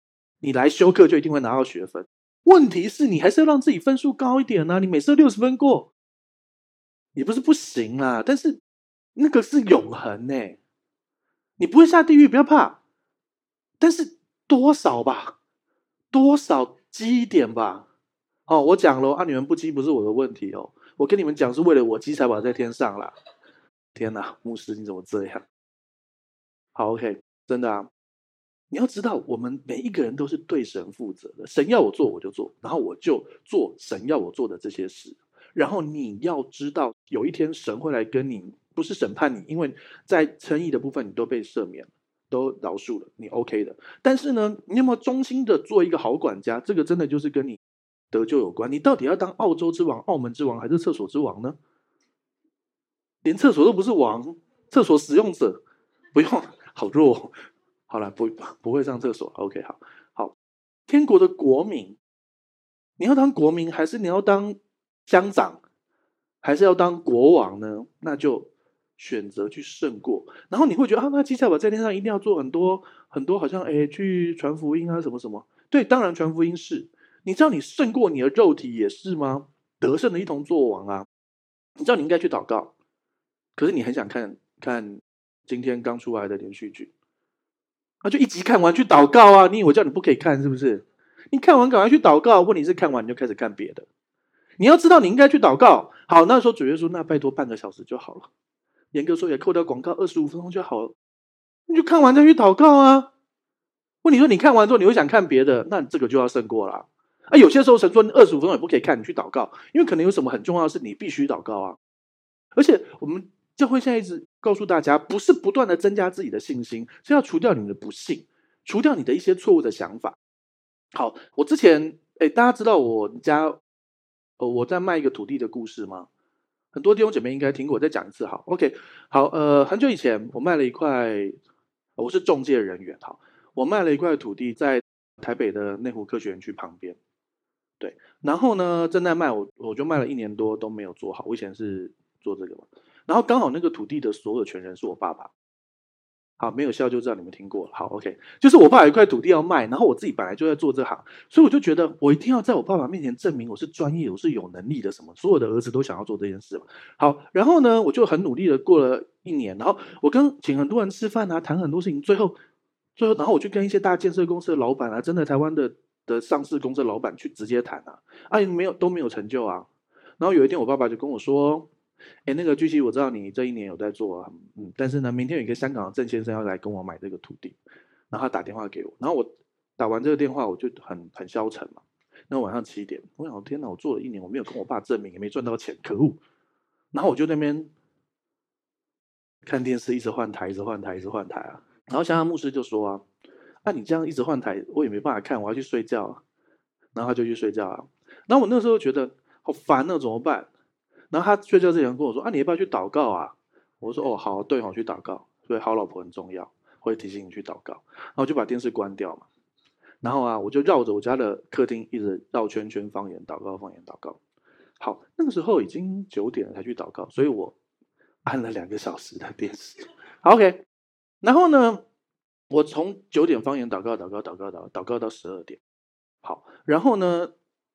A: 你来修课就一定会拿到学分。问题是你还是要让自己分数高一点啊，你每次都60分过，也不是不行啦，但是那个是永恒欸，你不会下地狱不要怕，但是多少吧，多少积一点吧。我讲了啊，你们不积不是我的问题哦，我跟你们讲是为了我积才跑在天上啦。天哪，牧师你怎么这样？好 OK， 真的啊，你要知道我们每一个人都是对神负责的，神要我做我就做，然后我就做神要我做的这些事。然后你要知道有一天神会来跟你，不是审判你，因为在称义的部分你都被赦免了，都饶恕了，你 OK 的。但是呢，你有没有忠心的做一个好管家，这个真的就是跟你得救有关。你到底要当澳洲之王、澳门之王，还是厕所之王呢？连厕所都不是王，厕所使用者不用，好弱哦。好了，不会上厕所。OK， 好。天国的国民，你要当国民，还是你要当乡长，还是要当国王呢？那就选择去胜过。然后你会觉得啊，那基督教在天上一定要做很多很多，好像去传福音啊，什么什么。对，当然传福音是。你知道你胜过你的肉体也是吗？得胜的一同作王啊！你知道你应该去祷告，可是你很想看今天刚出来的连续剧，那就一集看完去祷告啊！你以为叫你不可以看是不是？你看完赶快去祷告，问题是看完你就开始看别的。你要知道你应该去祷告。好，那时候主耶稣那拜托半个小时就好了，严格说也扣掉广告25分钟就好了，你就看完再去祷告啊。问题说你看完之后你会想看别的，那这个就要胜过啦。有些时候神说25分钟也不可以看，你去祷告，因为可能有什么很重要的事你必须祷告啊。而且我们教会现在一直告诉大家，不是不断的增加自己的信心，是要除掉你的不信，除掉你的一些错误的想法。好，我之前大家知道我家我在卖一个土地的故事吗？很多弟兄姐妹应该听过，我再讲一次好。OK， 好，很久以前我卖了一块，我是中介人员，好，我卖了一块土地在台北的内湖科学园区旁边。对，然后呢，正在卖，我就卖了1年多都没有做好。我以前是做这个嘛，然后刚好那个土地的所有权人是我爸爸。好，没有笑就知道你们听过了。好 ，OK， 就是我爸有一块土地要卖，然后我自己本来就在做这行，所以我就觉得我一定要在我爸爸面前证明我是专业，我是有能力的。什么，所有的儿子都想要做这件事嘛。好，然后呢，我就很努力的过了1年，然后我请很多人吃饭啊，谈很多事情，最后，然后我就跟一些大建设公司的老板啊，真的台湾的上市公司的老板去直接谈啊，都没有成就啊。然后有一天我爸爸就跟我说，那个巨熙，我知道你这1年有在做啊，但是呢，明天有一个香港的郑先生要来跟我买这个土地，然后他打电话给我，然后我打完这个电话，我就很消沉嘛。那晚上7点，我想天哪，我做了1年，我没有跟我爸证明，也没赚到钱，可恶！然后我就那边看电视，一直换台，一直换台，一直换台啊。然后香港牧师就说啊，你这样一直换台，我也没办法看，我要去睡觉啊。然后他就去睡觉啊。然后我那时候觉得好烦啊，怎么办？然后他睡觉之前跟我说，你要不要去祷告啊？我说哦好，对，我去祷告，所以好老婆很重要，会提醒你去祷告。然后我就把电视关掉嘛，然后我就绕着我家的客厅一直绕圈圈方言祷告，方言祷告。好，那个时候已经9点了才去祷告，所以我按了2个小时的电视。好 OK， 然后呢，我从9点方言祷告到12点。好，然后呢，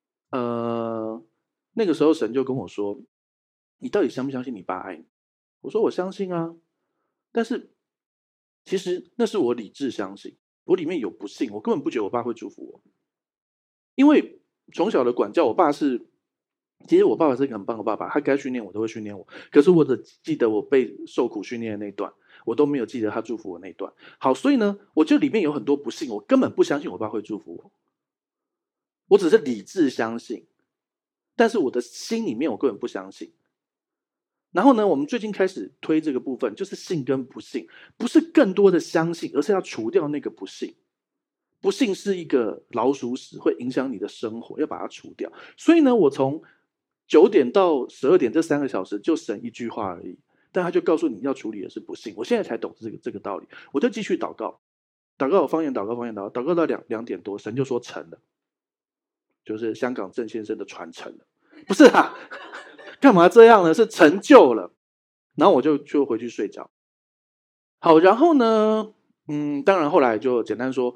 A: 那个时候神就跟我说，你到底相不相信你爸爱你？我说我相信啊，但是其实那是我理智相信，我里面有不信，我根本不觉得我爸会祝福我，因为从小的管教，其实我爸爸是一个很棒的爸爸，他该训练我都会训练我，可是我只记得我被受苦训练的那段，我都没有记得他祝福我那段。好，所以呢，我就里面有很多不信，我根本不相信我爸会祝福我，我只是理智相信，但是我的心里面我根本不相信。然后呢，我们最近开始推这个部分，就是信跟不信，不是更多的相信，而是要除掉那个不信。不信是一个老鼠屎，会影响你的生活，要把它除掉。所以呢，我从9点到12点这3个小时就省一句话而已，但他就告诉你要处理的是不信。我现在才懂这个道理，我就继续祷告，祷告方言祷告方言祷告，祷告到2点多，神就说成了，就是香港郑先生的传承了。不是啊，干嘛这样呢？是成就了。然后我就回去睡觉。好，然后呢，当然后来就简单说，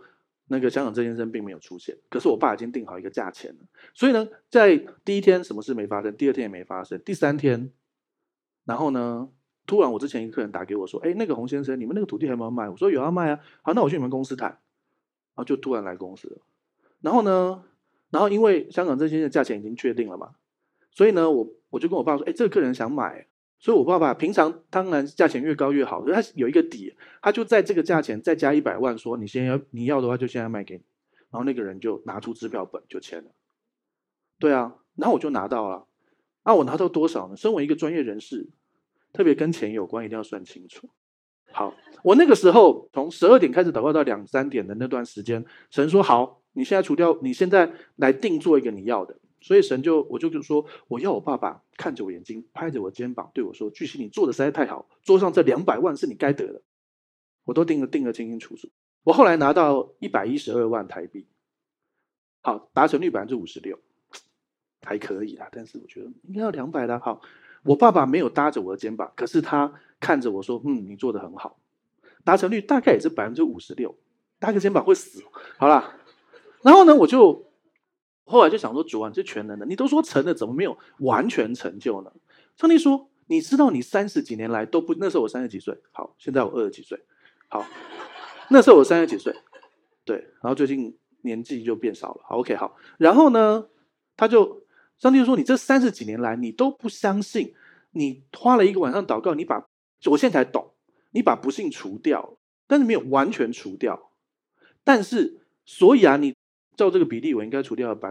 A: 那个香港郑先生并没有出现，可是我爸已经定好一个价钱了。所以呢，在第一天什么事没发生，第二天也没发生，第三天，然后呢，突然我之前一个客人打给我说：那个洪先生，你们那个土地还有没有卖？我说有要卖啊。好，那我去你们公司谈。然后就突然来公司了。然后呢，因为香港郑先生的价钱已经确定了嘛，所以呢，我就跟我爸说：这个客人想买。所以我爸爸平常当然价钱越高越好，所以他有一个底，他就在这个价钱再加100万，说你要的话就现在卖给你。然后那个人就拿出支票本就签了。对啊，然后我就拿到了。我拿到多少呢？身为一个专业人士，特别跟钱有关，一定要算清楚。好，我那个时候从12点开始祷告到2、3点的那段时间，神说好，你现在除掉，你现在来定做一个你要的。所以我就说，我要我爸爸看着我眼睛，拍着我肩膀对我说：巨星，你做的实在太好，桌上这200万是你该得的。我都定得清清楚楚。我后来拿到112万台币，好，达成率56%，还可以啦，但是我觉得应该要200啦。好，我爸爸没有搭着我的肩膀，可是他看着我说：你做得很好。达成率大概也是56%，搭个肩膀会死。好啦，然后呢，我就后来就想说，主啊，你是全能的，你都说成了，怎么没有完全成就呢？上帝说，你知道你30几年来都不，那时候我30几岁，好，现在我20几岁，好，那时候我30几岁，对，然后最近年纪就变少了，好 ，OK， 好，然后呢，上帝就说，你这30几年来，你都不相信，你花了一个晚上祷告，我现在才懂，你把不幸除掉，但是没有完全除掉，但是所以你照这个比例，我应该除掉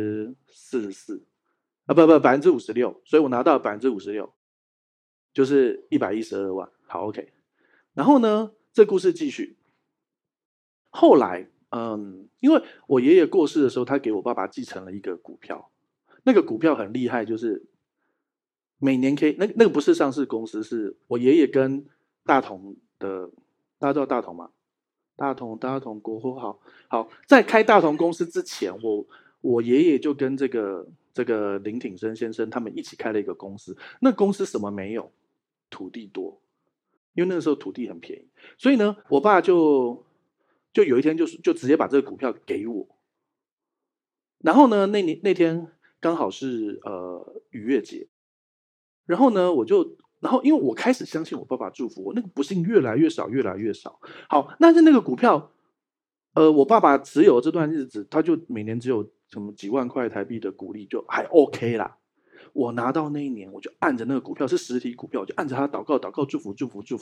A: 44%，不56%，所以我拿到56%，就是112万。好 ，OK。然后呢，这故事继续。后来，因为我爷爷过世的时候，他给我爸爸继承了一个股票，那个股票很厉害，就是每年可以，那个不是上市公司，是我爷爷跟大同的，大家知道大同吗？大同国货好，在开大同公司之前，我爷爷就跟这个林挺生先生他们一起开了一个公司。那公司什么没有？土地多，因为那个时候土地很便宜，所以呢，我爸就有一天就直接把这个股票给我。然后呢，那天刚好是逾越节，然后呢，因为我开始相信我爸爸祝福我，那个不幸越来越少，越来越少。好，但是那个股票，我爸爸持有这段日子，他就每年只有什么几万块台币的股利，就还 OK 啦。我拿到那一年，我就按着那个股票是实体股票，我就按着他祷告，祝福。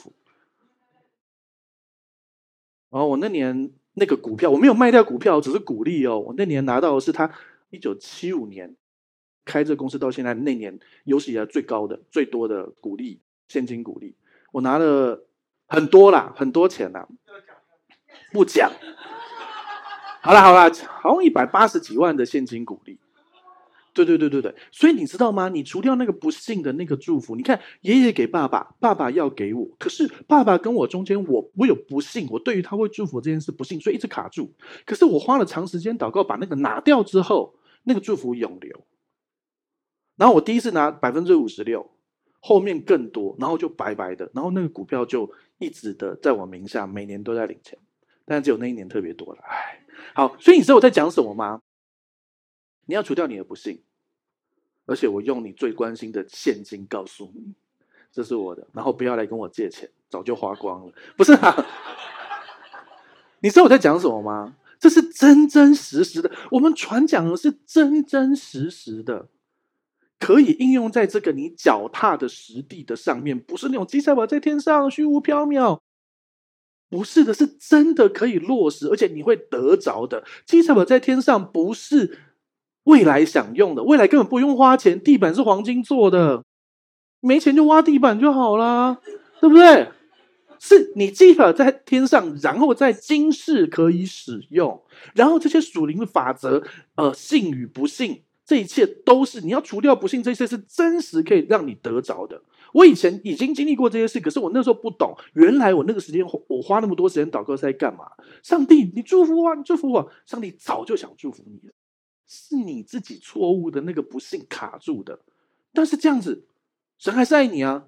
A: 然后我那年那个股票，我没有卖掉股票，只是股利哦。我那年拿到的是他1975年开这公司到现在那年有史以来最高的、最多的股利，现金股利，我拿了很多啦，很多钱啦，不讲。好啦，好像180几万的现金股利。对，所以你知道吗？你除掉那个不幸的那个祝福，你看爷爷给爸爸，爸爸要给我，可是爸爸跟我中间，我有不幸，我对于他会祝福这件事不幸，所以一直卡住。可是我花了长时间祷告，把那个拿掉之后，那个祝福永留。然后我第一次拿56%，后面更多，然后就白白的，然后那个股票就一直的在我名下，每年都在领钱，但只有那一年特别多了。好，所以你知道我在讲什么吗？你要除掉你的不幸，而且我用你最关心的现金告诉你，这是我的，然后不要来跟我借钱，早就花光了。不是啊，你知道我在讲什么吗？这是真真实实的，我们传讲的是真真实实的，可以应用在这个你脚踏的实地的上面，不是那种积财宝在天上虚无缥缈，不是的，是真的可以落实，而且你会得着的。积财宝在天上不是未来享用的，未来根本不用花钱，地板是黄金做的，没钱就挖地板就好啦，对不对？是你积财宝在天上，然后在今世可以使用，然后这些属灵的法则，幸与不幸，这一切都是你要除掉不幸，这些是真实可以让你得着的。我以前已经经历过这些事，可是我那时候不懂，原来我那个时间我花那么多时间祷告是在干嘛？上帝，你祝福我，你祝福我，上帝早就想祝福你了，是你自己错误的那个不幸卡住的。但是这样子，神还是爱你啊。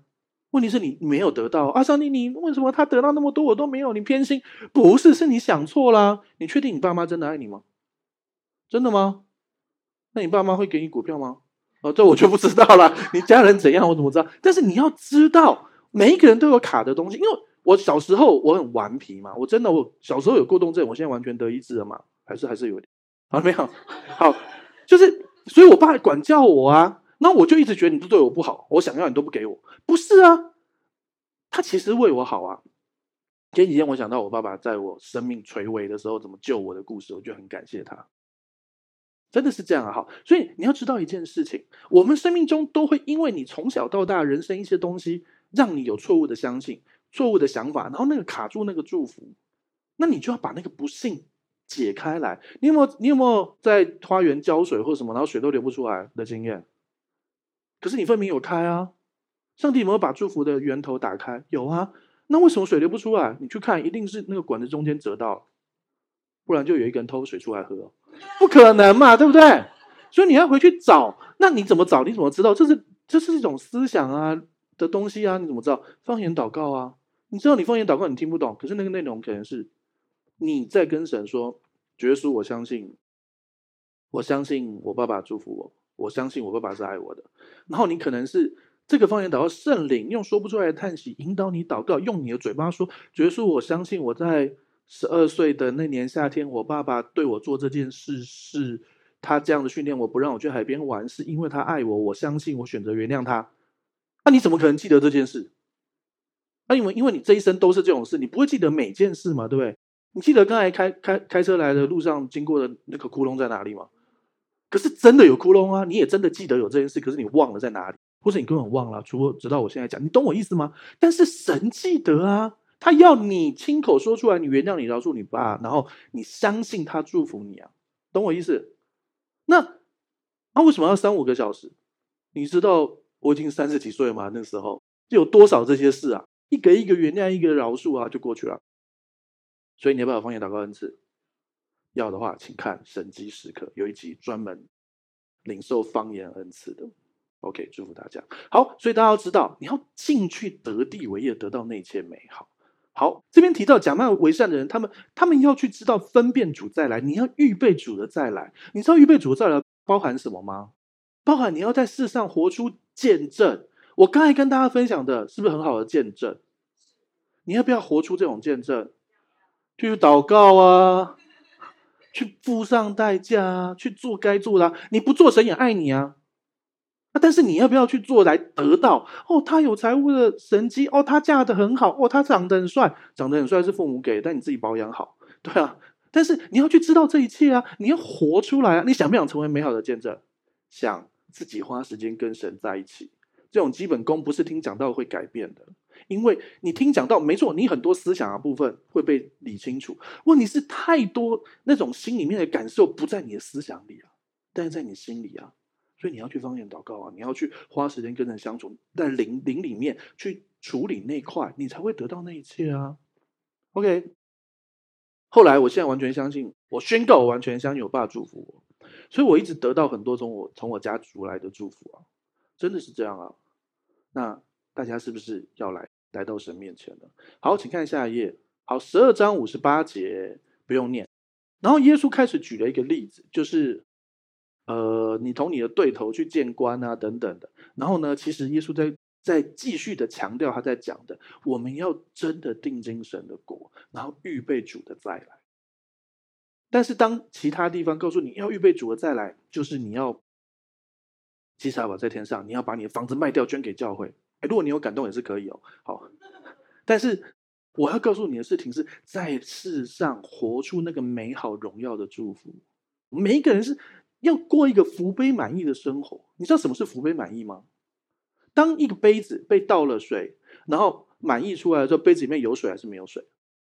A: 问题是你没有得到啊，上帝，你为什么他得到那么多我都没有？你偏心？不是，是你想错啦。你确定你爸妈真的爱你吗？真的吗？那你爸妈会给你股票吗？哦，这我就不知道了。你家人怎样，我怎么知道？但是你要知道，每一个人都有卡的东西。因为我小时候我很顽皮嘛，我小时候有过动症，我现在完全得医治了嘛？还是有点啊？没有，好，就是所以我爸管教我啊，那我就一直觉得你都对我不好，我想要你都不给我，不是啊？他其实为我好啊。前几天我想到我爸爸在我生命垂危的时候怎么救我的故事，我就很感谢他。真的是这样啊，好，所以你要知道一件事情，我们生命中都会因为你从小到大人生一些东西，让你有错误的相信、错误的想法，然后那个卡住那个祝福，那你就要把那个不幸解开来。你有没有在花园浇水或什么，然后水都流不出来的经验？可是你分明有开啊，上帝有没有把祝福的源头打开？有啊，那为什么水流不出来？你去看，一定是那个管子中间折到了，不然就有一个人偷水出来喝，不可能嘛，对不对？所以你要回去找，那你怎么找？你怎么知道？这是一种思想啊的东西啊，你怎么知道？方言祷告啊，你知道你方言祷告你听不懂，可是那个内容可能是你在跟神说：主耶稣，我相信我爸爸祝福我，我相信我爸爸是爱我的。然后你可能是这个方言祷告，圣灵用说不出来的叹息引导你祷告，用你的嘴巴说：主耶稣，我相信我在12岁的那年夏天，我爸爸对我做这件事是他这样的训练我，不让我去海边玩，是因为他爱我，我相信我选择原谅他。那你怎么可能记得这件事？那因为你这一生都是这种事，你不会记得每件事嘛，对不对？你记得刚才开车来的路上经过的那个窟窿在哪里吗？可是真的有窟窿啊，你也真的记得有这件事，可是你忘了在哪里，或者你根本忘了，除了直到我现在讲，你懂我意思吗？但是神记得啊，他要你亲口说出来，你原谅你饶恕你爸，然后你相信他祝福你啊，懂我意思？那为什么要3-5个小时？你知道我已经30几岁了嘛？那时候就有多少这些事啊？一个一个原谅，一个饶恕啊，就过去了。所以你要不要有方言祷告恩赐？要的话，请看神机时刻，有一集专门领受方言恩赐的。OK，祝福大家。好，所以大家要知道，你要进去得地为业，得到那一切美好。好，这边提到假冒为善的人，他们要去知道分辨主再来，你要预备主的再来。你知道预备主的再来包含什么吗？包含你要在世上活出见证。我刚才跟大家分享的是不是很好的见证？你要不要活出这种见证？去祷告啊，去付上代价啊，去做该做的啊。你不做，神也爱你啊。但是你要不要去做来得到？哦，他有财务的神机，哦，他嫁得很好，哦，他长得很帅，长得很帅是父母给，但你自己保养好，对啊。但是你要去知道这一切啊，你要活出来啊。你想不想成为美好的见证？想自己花时间跟神在一起，这种基本功不是听讲道会改变的。因为你听讲道，没错，你很多思想的部分会被理清楚，问题是太多那种心里面的感受不在你的思想里啊，但是在你心里啊。所以你要去方言祷告啊，你要去花时间跟人相处，在灵里面去处理那块，你才会得到那一切啊。OK，后来我现在完全相信，我宣告我完全相信我爸祝福我，所以我一直得到很多从我家族来的祝福啊，真的是这样啊。那大家是不是要来到神面前了？好，请看下一页。好，12章58节不用念。然后耶稣开始举了一个例子，就是你同你的对头去见官啊，等等的。然后呢，其实耶稣在继续的强调他在讲的，我们要真的定睛神的国，然后预备主的再来。但是当其他地方告诉你要预备主的再来，就是你要积财宝在天上，你要把你的房子卖掉捐给教会。如果你有感动也是可以哦。好，但是我要告诉你的事情是在世上活出那个美好荣耀的祝福。每一个人是要过一个福杯满溢的生活。你知道什么是福杯满溢吗？当一个杯子被倒了水，然后满溢出来的时候，杯子里面有水还是没有水？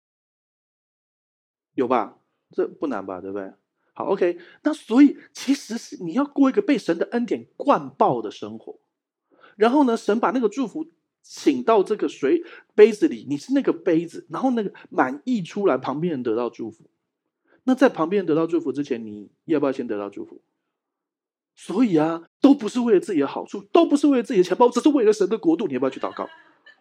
A: 有吧？这不难吧？对不对？好 ，OK。那所以其实是你要过一个被神的恩典灌爆的生活。然后呢，神把那个祝福请到这个杯子里，你是那个杯子，然后那个满溢出来，旁边人得到祝福。那在旁边人得到祝福之前，你要不要先得到祝福？所以啊，都不是为了自己的好处，都不是为了自己的钱包，只是为了神的国度。你要不要去祷告？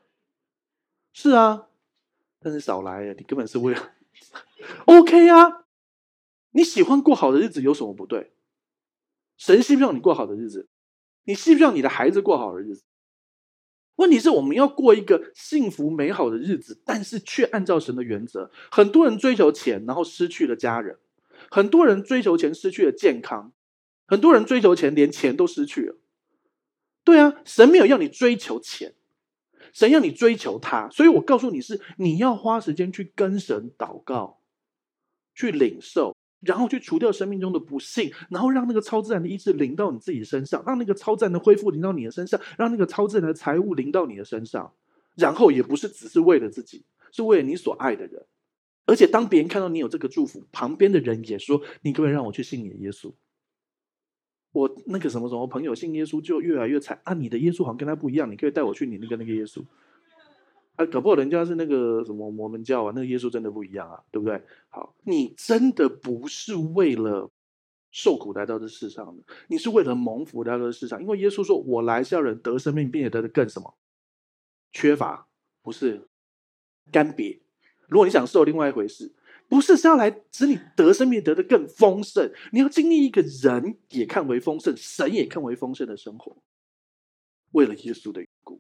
A: 是啊，但是少来了，你根本是为了OK 啊，你喜欢过好的日子有什么不对？神希不希望你过好的日子？你希不希望你的孩子过好的日子？问题是我们要过一个幸福美好的日子，但是却按照神的原则。很多人追求钱，然后失去了家人；很多人追求钱，失去了健康；很多人追求钱，连钱都失去了。对啊，神没有要你追求钱，神要你追求他。所以我告诉你是，你要花时间去跟神祷告，去领受，然后去除掉生命中的不幸，然后让那个超自然的医治临到你自己身上，让那个超自然的恢复临到你的身上，让那个超自然的财物临到你的身上。然后也不是只是为了自己，是为了你所爱的人。而且当别人看到你有这个祝福，旁边的人也说：“你可不可以让我去信你的耶稣？”我那个什么什么朋友信耶稣就越来越惨啊！你的耶稣好像跟他不一样，你可以带我去你那个耶稣。啊，搞不好人家是那个什么摩门教啊，那个耶稣真的不一样啊，对不对？好，你真的不是为了受苦来到这世上的，你是为了蒙福来到这世上。因为耶稣说：“我来是要人得生命，并且得的更什么？缺乏，不是干瘪。如果你想受，另外一回事，不是要来使你得生命得的更丰盛。你要经历一个人也看为丰盛，神也看为丰盛的生活，为了耶稣的缘故。”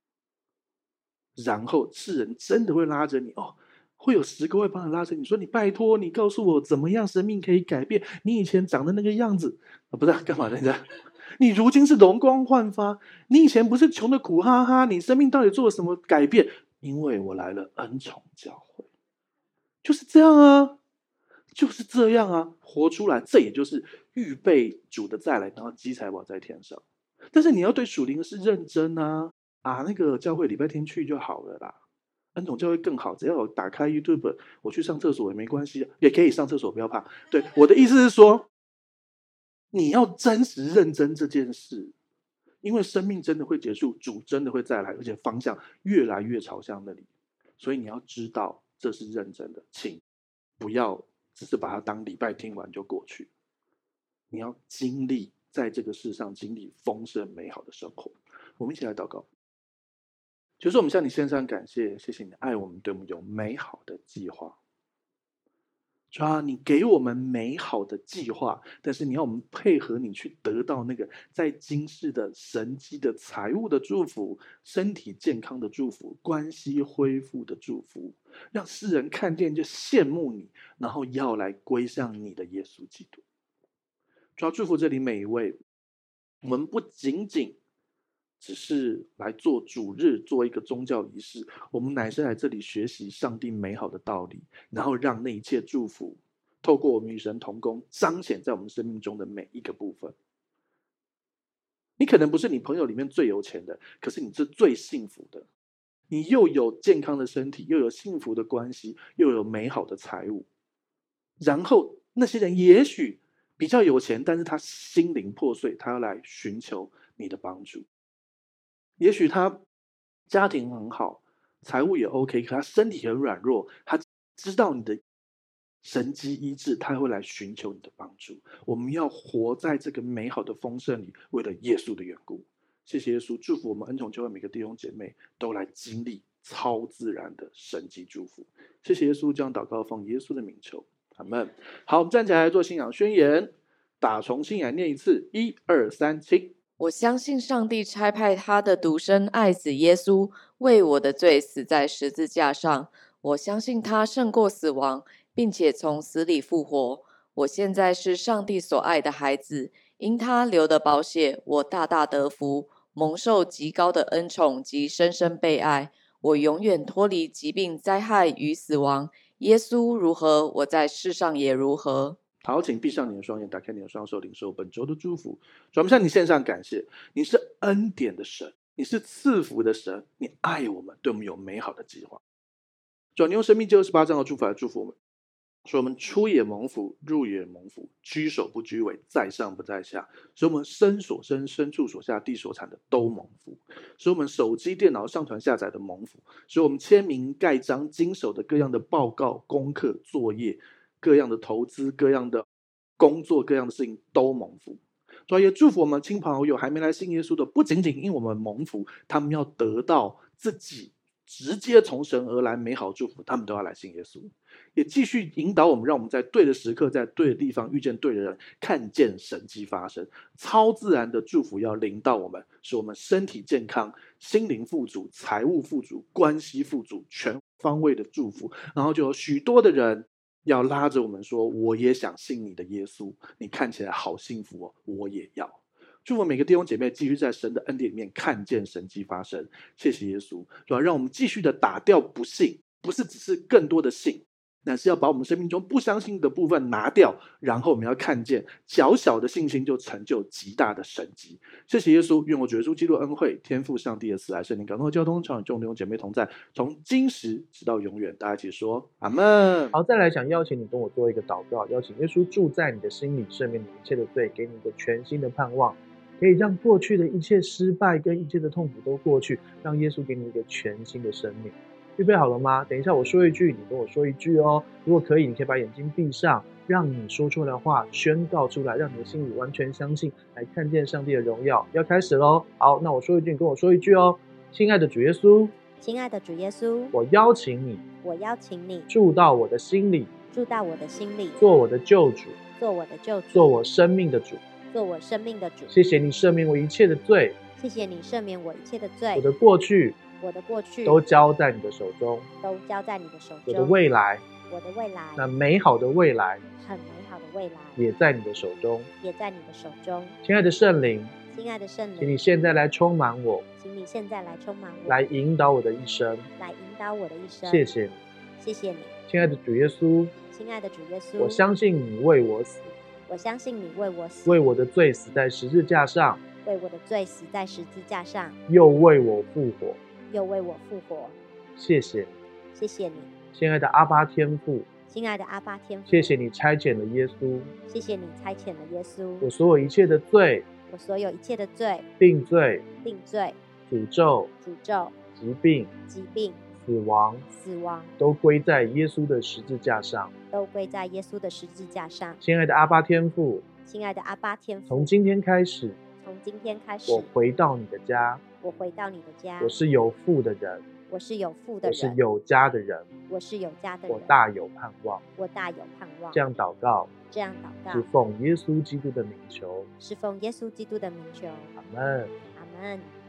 A: 然后世人真的会拉着你哦，会有10个会帮你拉着你说：“你拜托，你告诉我怎么样生命可以改变？你以前长的那个样子啊，不是干嘛人家？你如今是容光焕发，你以前不是穷的苦哈哈，你生命到底做了什么改变？因为我来了恩宠教会，就是这样啊，就是这样啊，活出来，这也就是预备主的再来，然后积财宝在天上。但是你要对属灵的是认真啊。那个教会礼拜天去就好了啦。恩宠教会更好，只要有打开 YouTube，我去上厕所也没关系，也可以上厕所，不要怕。对，我的意思是说，你要真实认真这件事，因为生命真的会结束，主真的会再来，而且方向越来越朝向那里，所以你要知道这是认真的，请不要只是把它当礼拜听完就过去，你要经历在这个世上经历丰盛美好的生活。我们一起来祷告。就是我们向你献上感谢，谢谢你爱我们，对我们有美好的计划。主啊，你给我们美好的计划，但是你要我们配合你去得到那个在今世的神迹的财务的祝福、身体健康的祝福、关系恢复的祝福，让世人看见就羡慕你，然后要来归向你的耶稣基督。主要祝福这里每一位，我们不仅仅只是来做主日，做一个宗教仪式，我们乃是来这里学习上帝美好的道理，然后让那一切祝福透过我们与神同工，彰显在我们生命中的每一个部分。你可能不是你朋友里面最有钱的，可是你是最幸福的。你又有健康的身体，又有幸福的关系，又有美好的财物。然后那些人也许比较有钱，但是他心灵破碎，他要来寻求你的帮助。也许他家庭很好，财务也 OK，可他身体很软弱，他知道你的神迹医治，他会来寻求你的帮助。我们要活在这个美好的丰盛里，为了耶稣的缘故。谢谢耶稣，祝福我们恩宠教会每个弟兄姐妹都来经历超自然的神迹祝福。谢谢耶稣，将祷告奉耶稣的名求，阿门。好，我们站起来做信仰宣言，打从心眼念一次，1、2、3，请。
B: 我相信上帝差派他的独生爱子耶稣为我的罪死在十字架上。我相信他胜过死亡，并且从死里复活。我现在是上帝所爱的孩子，因他流的宝血，我大大得福，蒙受极高的恩宠及深深被爱。我永远脱离疾病、灾害与死亡。耶稣如何，我在世上也如何。
A: 好，请闭上你的双眼，打开你的双手，领受本周的祝福。主，我们向你献上感谢，你是恩典的神，你是赐福的神，你爱我们，对我们有美好的计划。主，你用生命记28章的祝福来祝福我们，说我们出也蒙福，入也蒙福，居首不居尾，在上不在下，使我们身所生、牲畜所下、地所产的都蒙福，使我们手机、电脑上传下载的蒙福，使我们签名、盖章、经手的各样的报告、功课、作业。各样的投资、各样的工作、各样的事情都蒙福。主要也祝福我们亲朋好友还没来信耶稣的，不仅仅因我们蒙福，他们要得到自己直接从神而来美好祝福，他们都要来信耶稣。也继续引导我们，让我们在对的时刻，在对的地方遇见对的人，看见神迹发生。超自然的祝福要临到我们，使我们身体健康、心灵富足、财务富足、关系富足，全方位的祝福。然后就有许多的人要拉着我们说：“我也想信你的耶稣，你看起来好幸福哦，我也要。”祝福每个弟兄姐妹继续在神的恩典里面看见神迹发生。谢谢耶稣，对吧？让我们继续的打掉不信，不是只是更多的信，乃是要把我们生命中不相信的部分拿掉，然后我们要看见小小的信心就成就极大的神迹。谢谢耶稣，愿我主耶稣基督恩惠、天父上帝的慈爱、圣灵感动的交通，常与众弟兄姐妹同在，从今时直到永远。大家一起说阿们。
C: 好，再来想邀请你跟我做一个祷告，邀请耶稣住在你的心里，赦免你一切的罪，给你一个全新的盼望，可以让过去的一切失败跟一切的痛苦都过去，让耶稣给你一个全新的生命。预备好了吗？等一下我说一句，你跟我说一句哦。如果可以，你可以把眼睛闭上，让你说出来的话宣告出来，让你的心里完全相信，来看见上帝的荣耀。要开始咯。好，那我说一句，你跟我说一句哦。亲爱的主耶稣，
D: 亲爱的主耶稣，
C: 我邀请你住到我的心里，做我的救主，做我生命的主。谢谢你赦免我一切的罪，我的过去都交在你的手中，我的未来那美好的未来也在你的手中。亲爱的圣灵，请你现在来充满我，来引导我的一生。谢谢你，亲爱的主耶稣，我相信你为我死，为我的罪死在十字架上，又为我复活。谢谢你，亲爱的阿爸天父，谢谢你差遣了耶稣，我所有一切的罪、定罪、诅咒、疾病、死亡都归在耶稣的十字架上。亲爱的阿爸天父，从今天开始，我回到你的家，我是有父的人，我是有家的人，我大有盼望。这样祷告是奉耶稣基督的名求，阿们。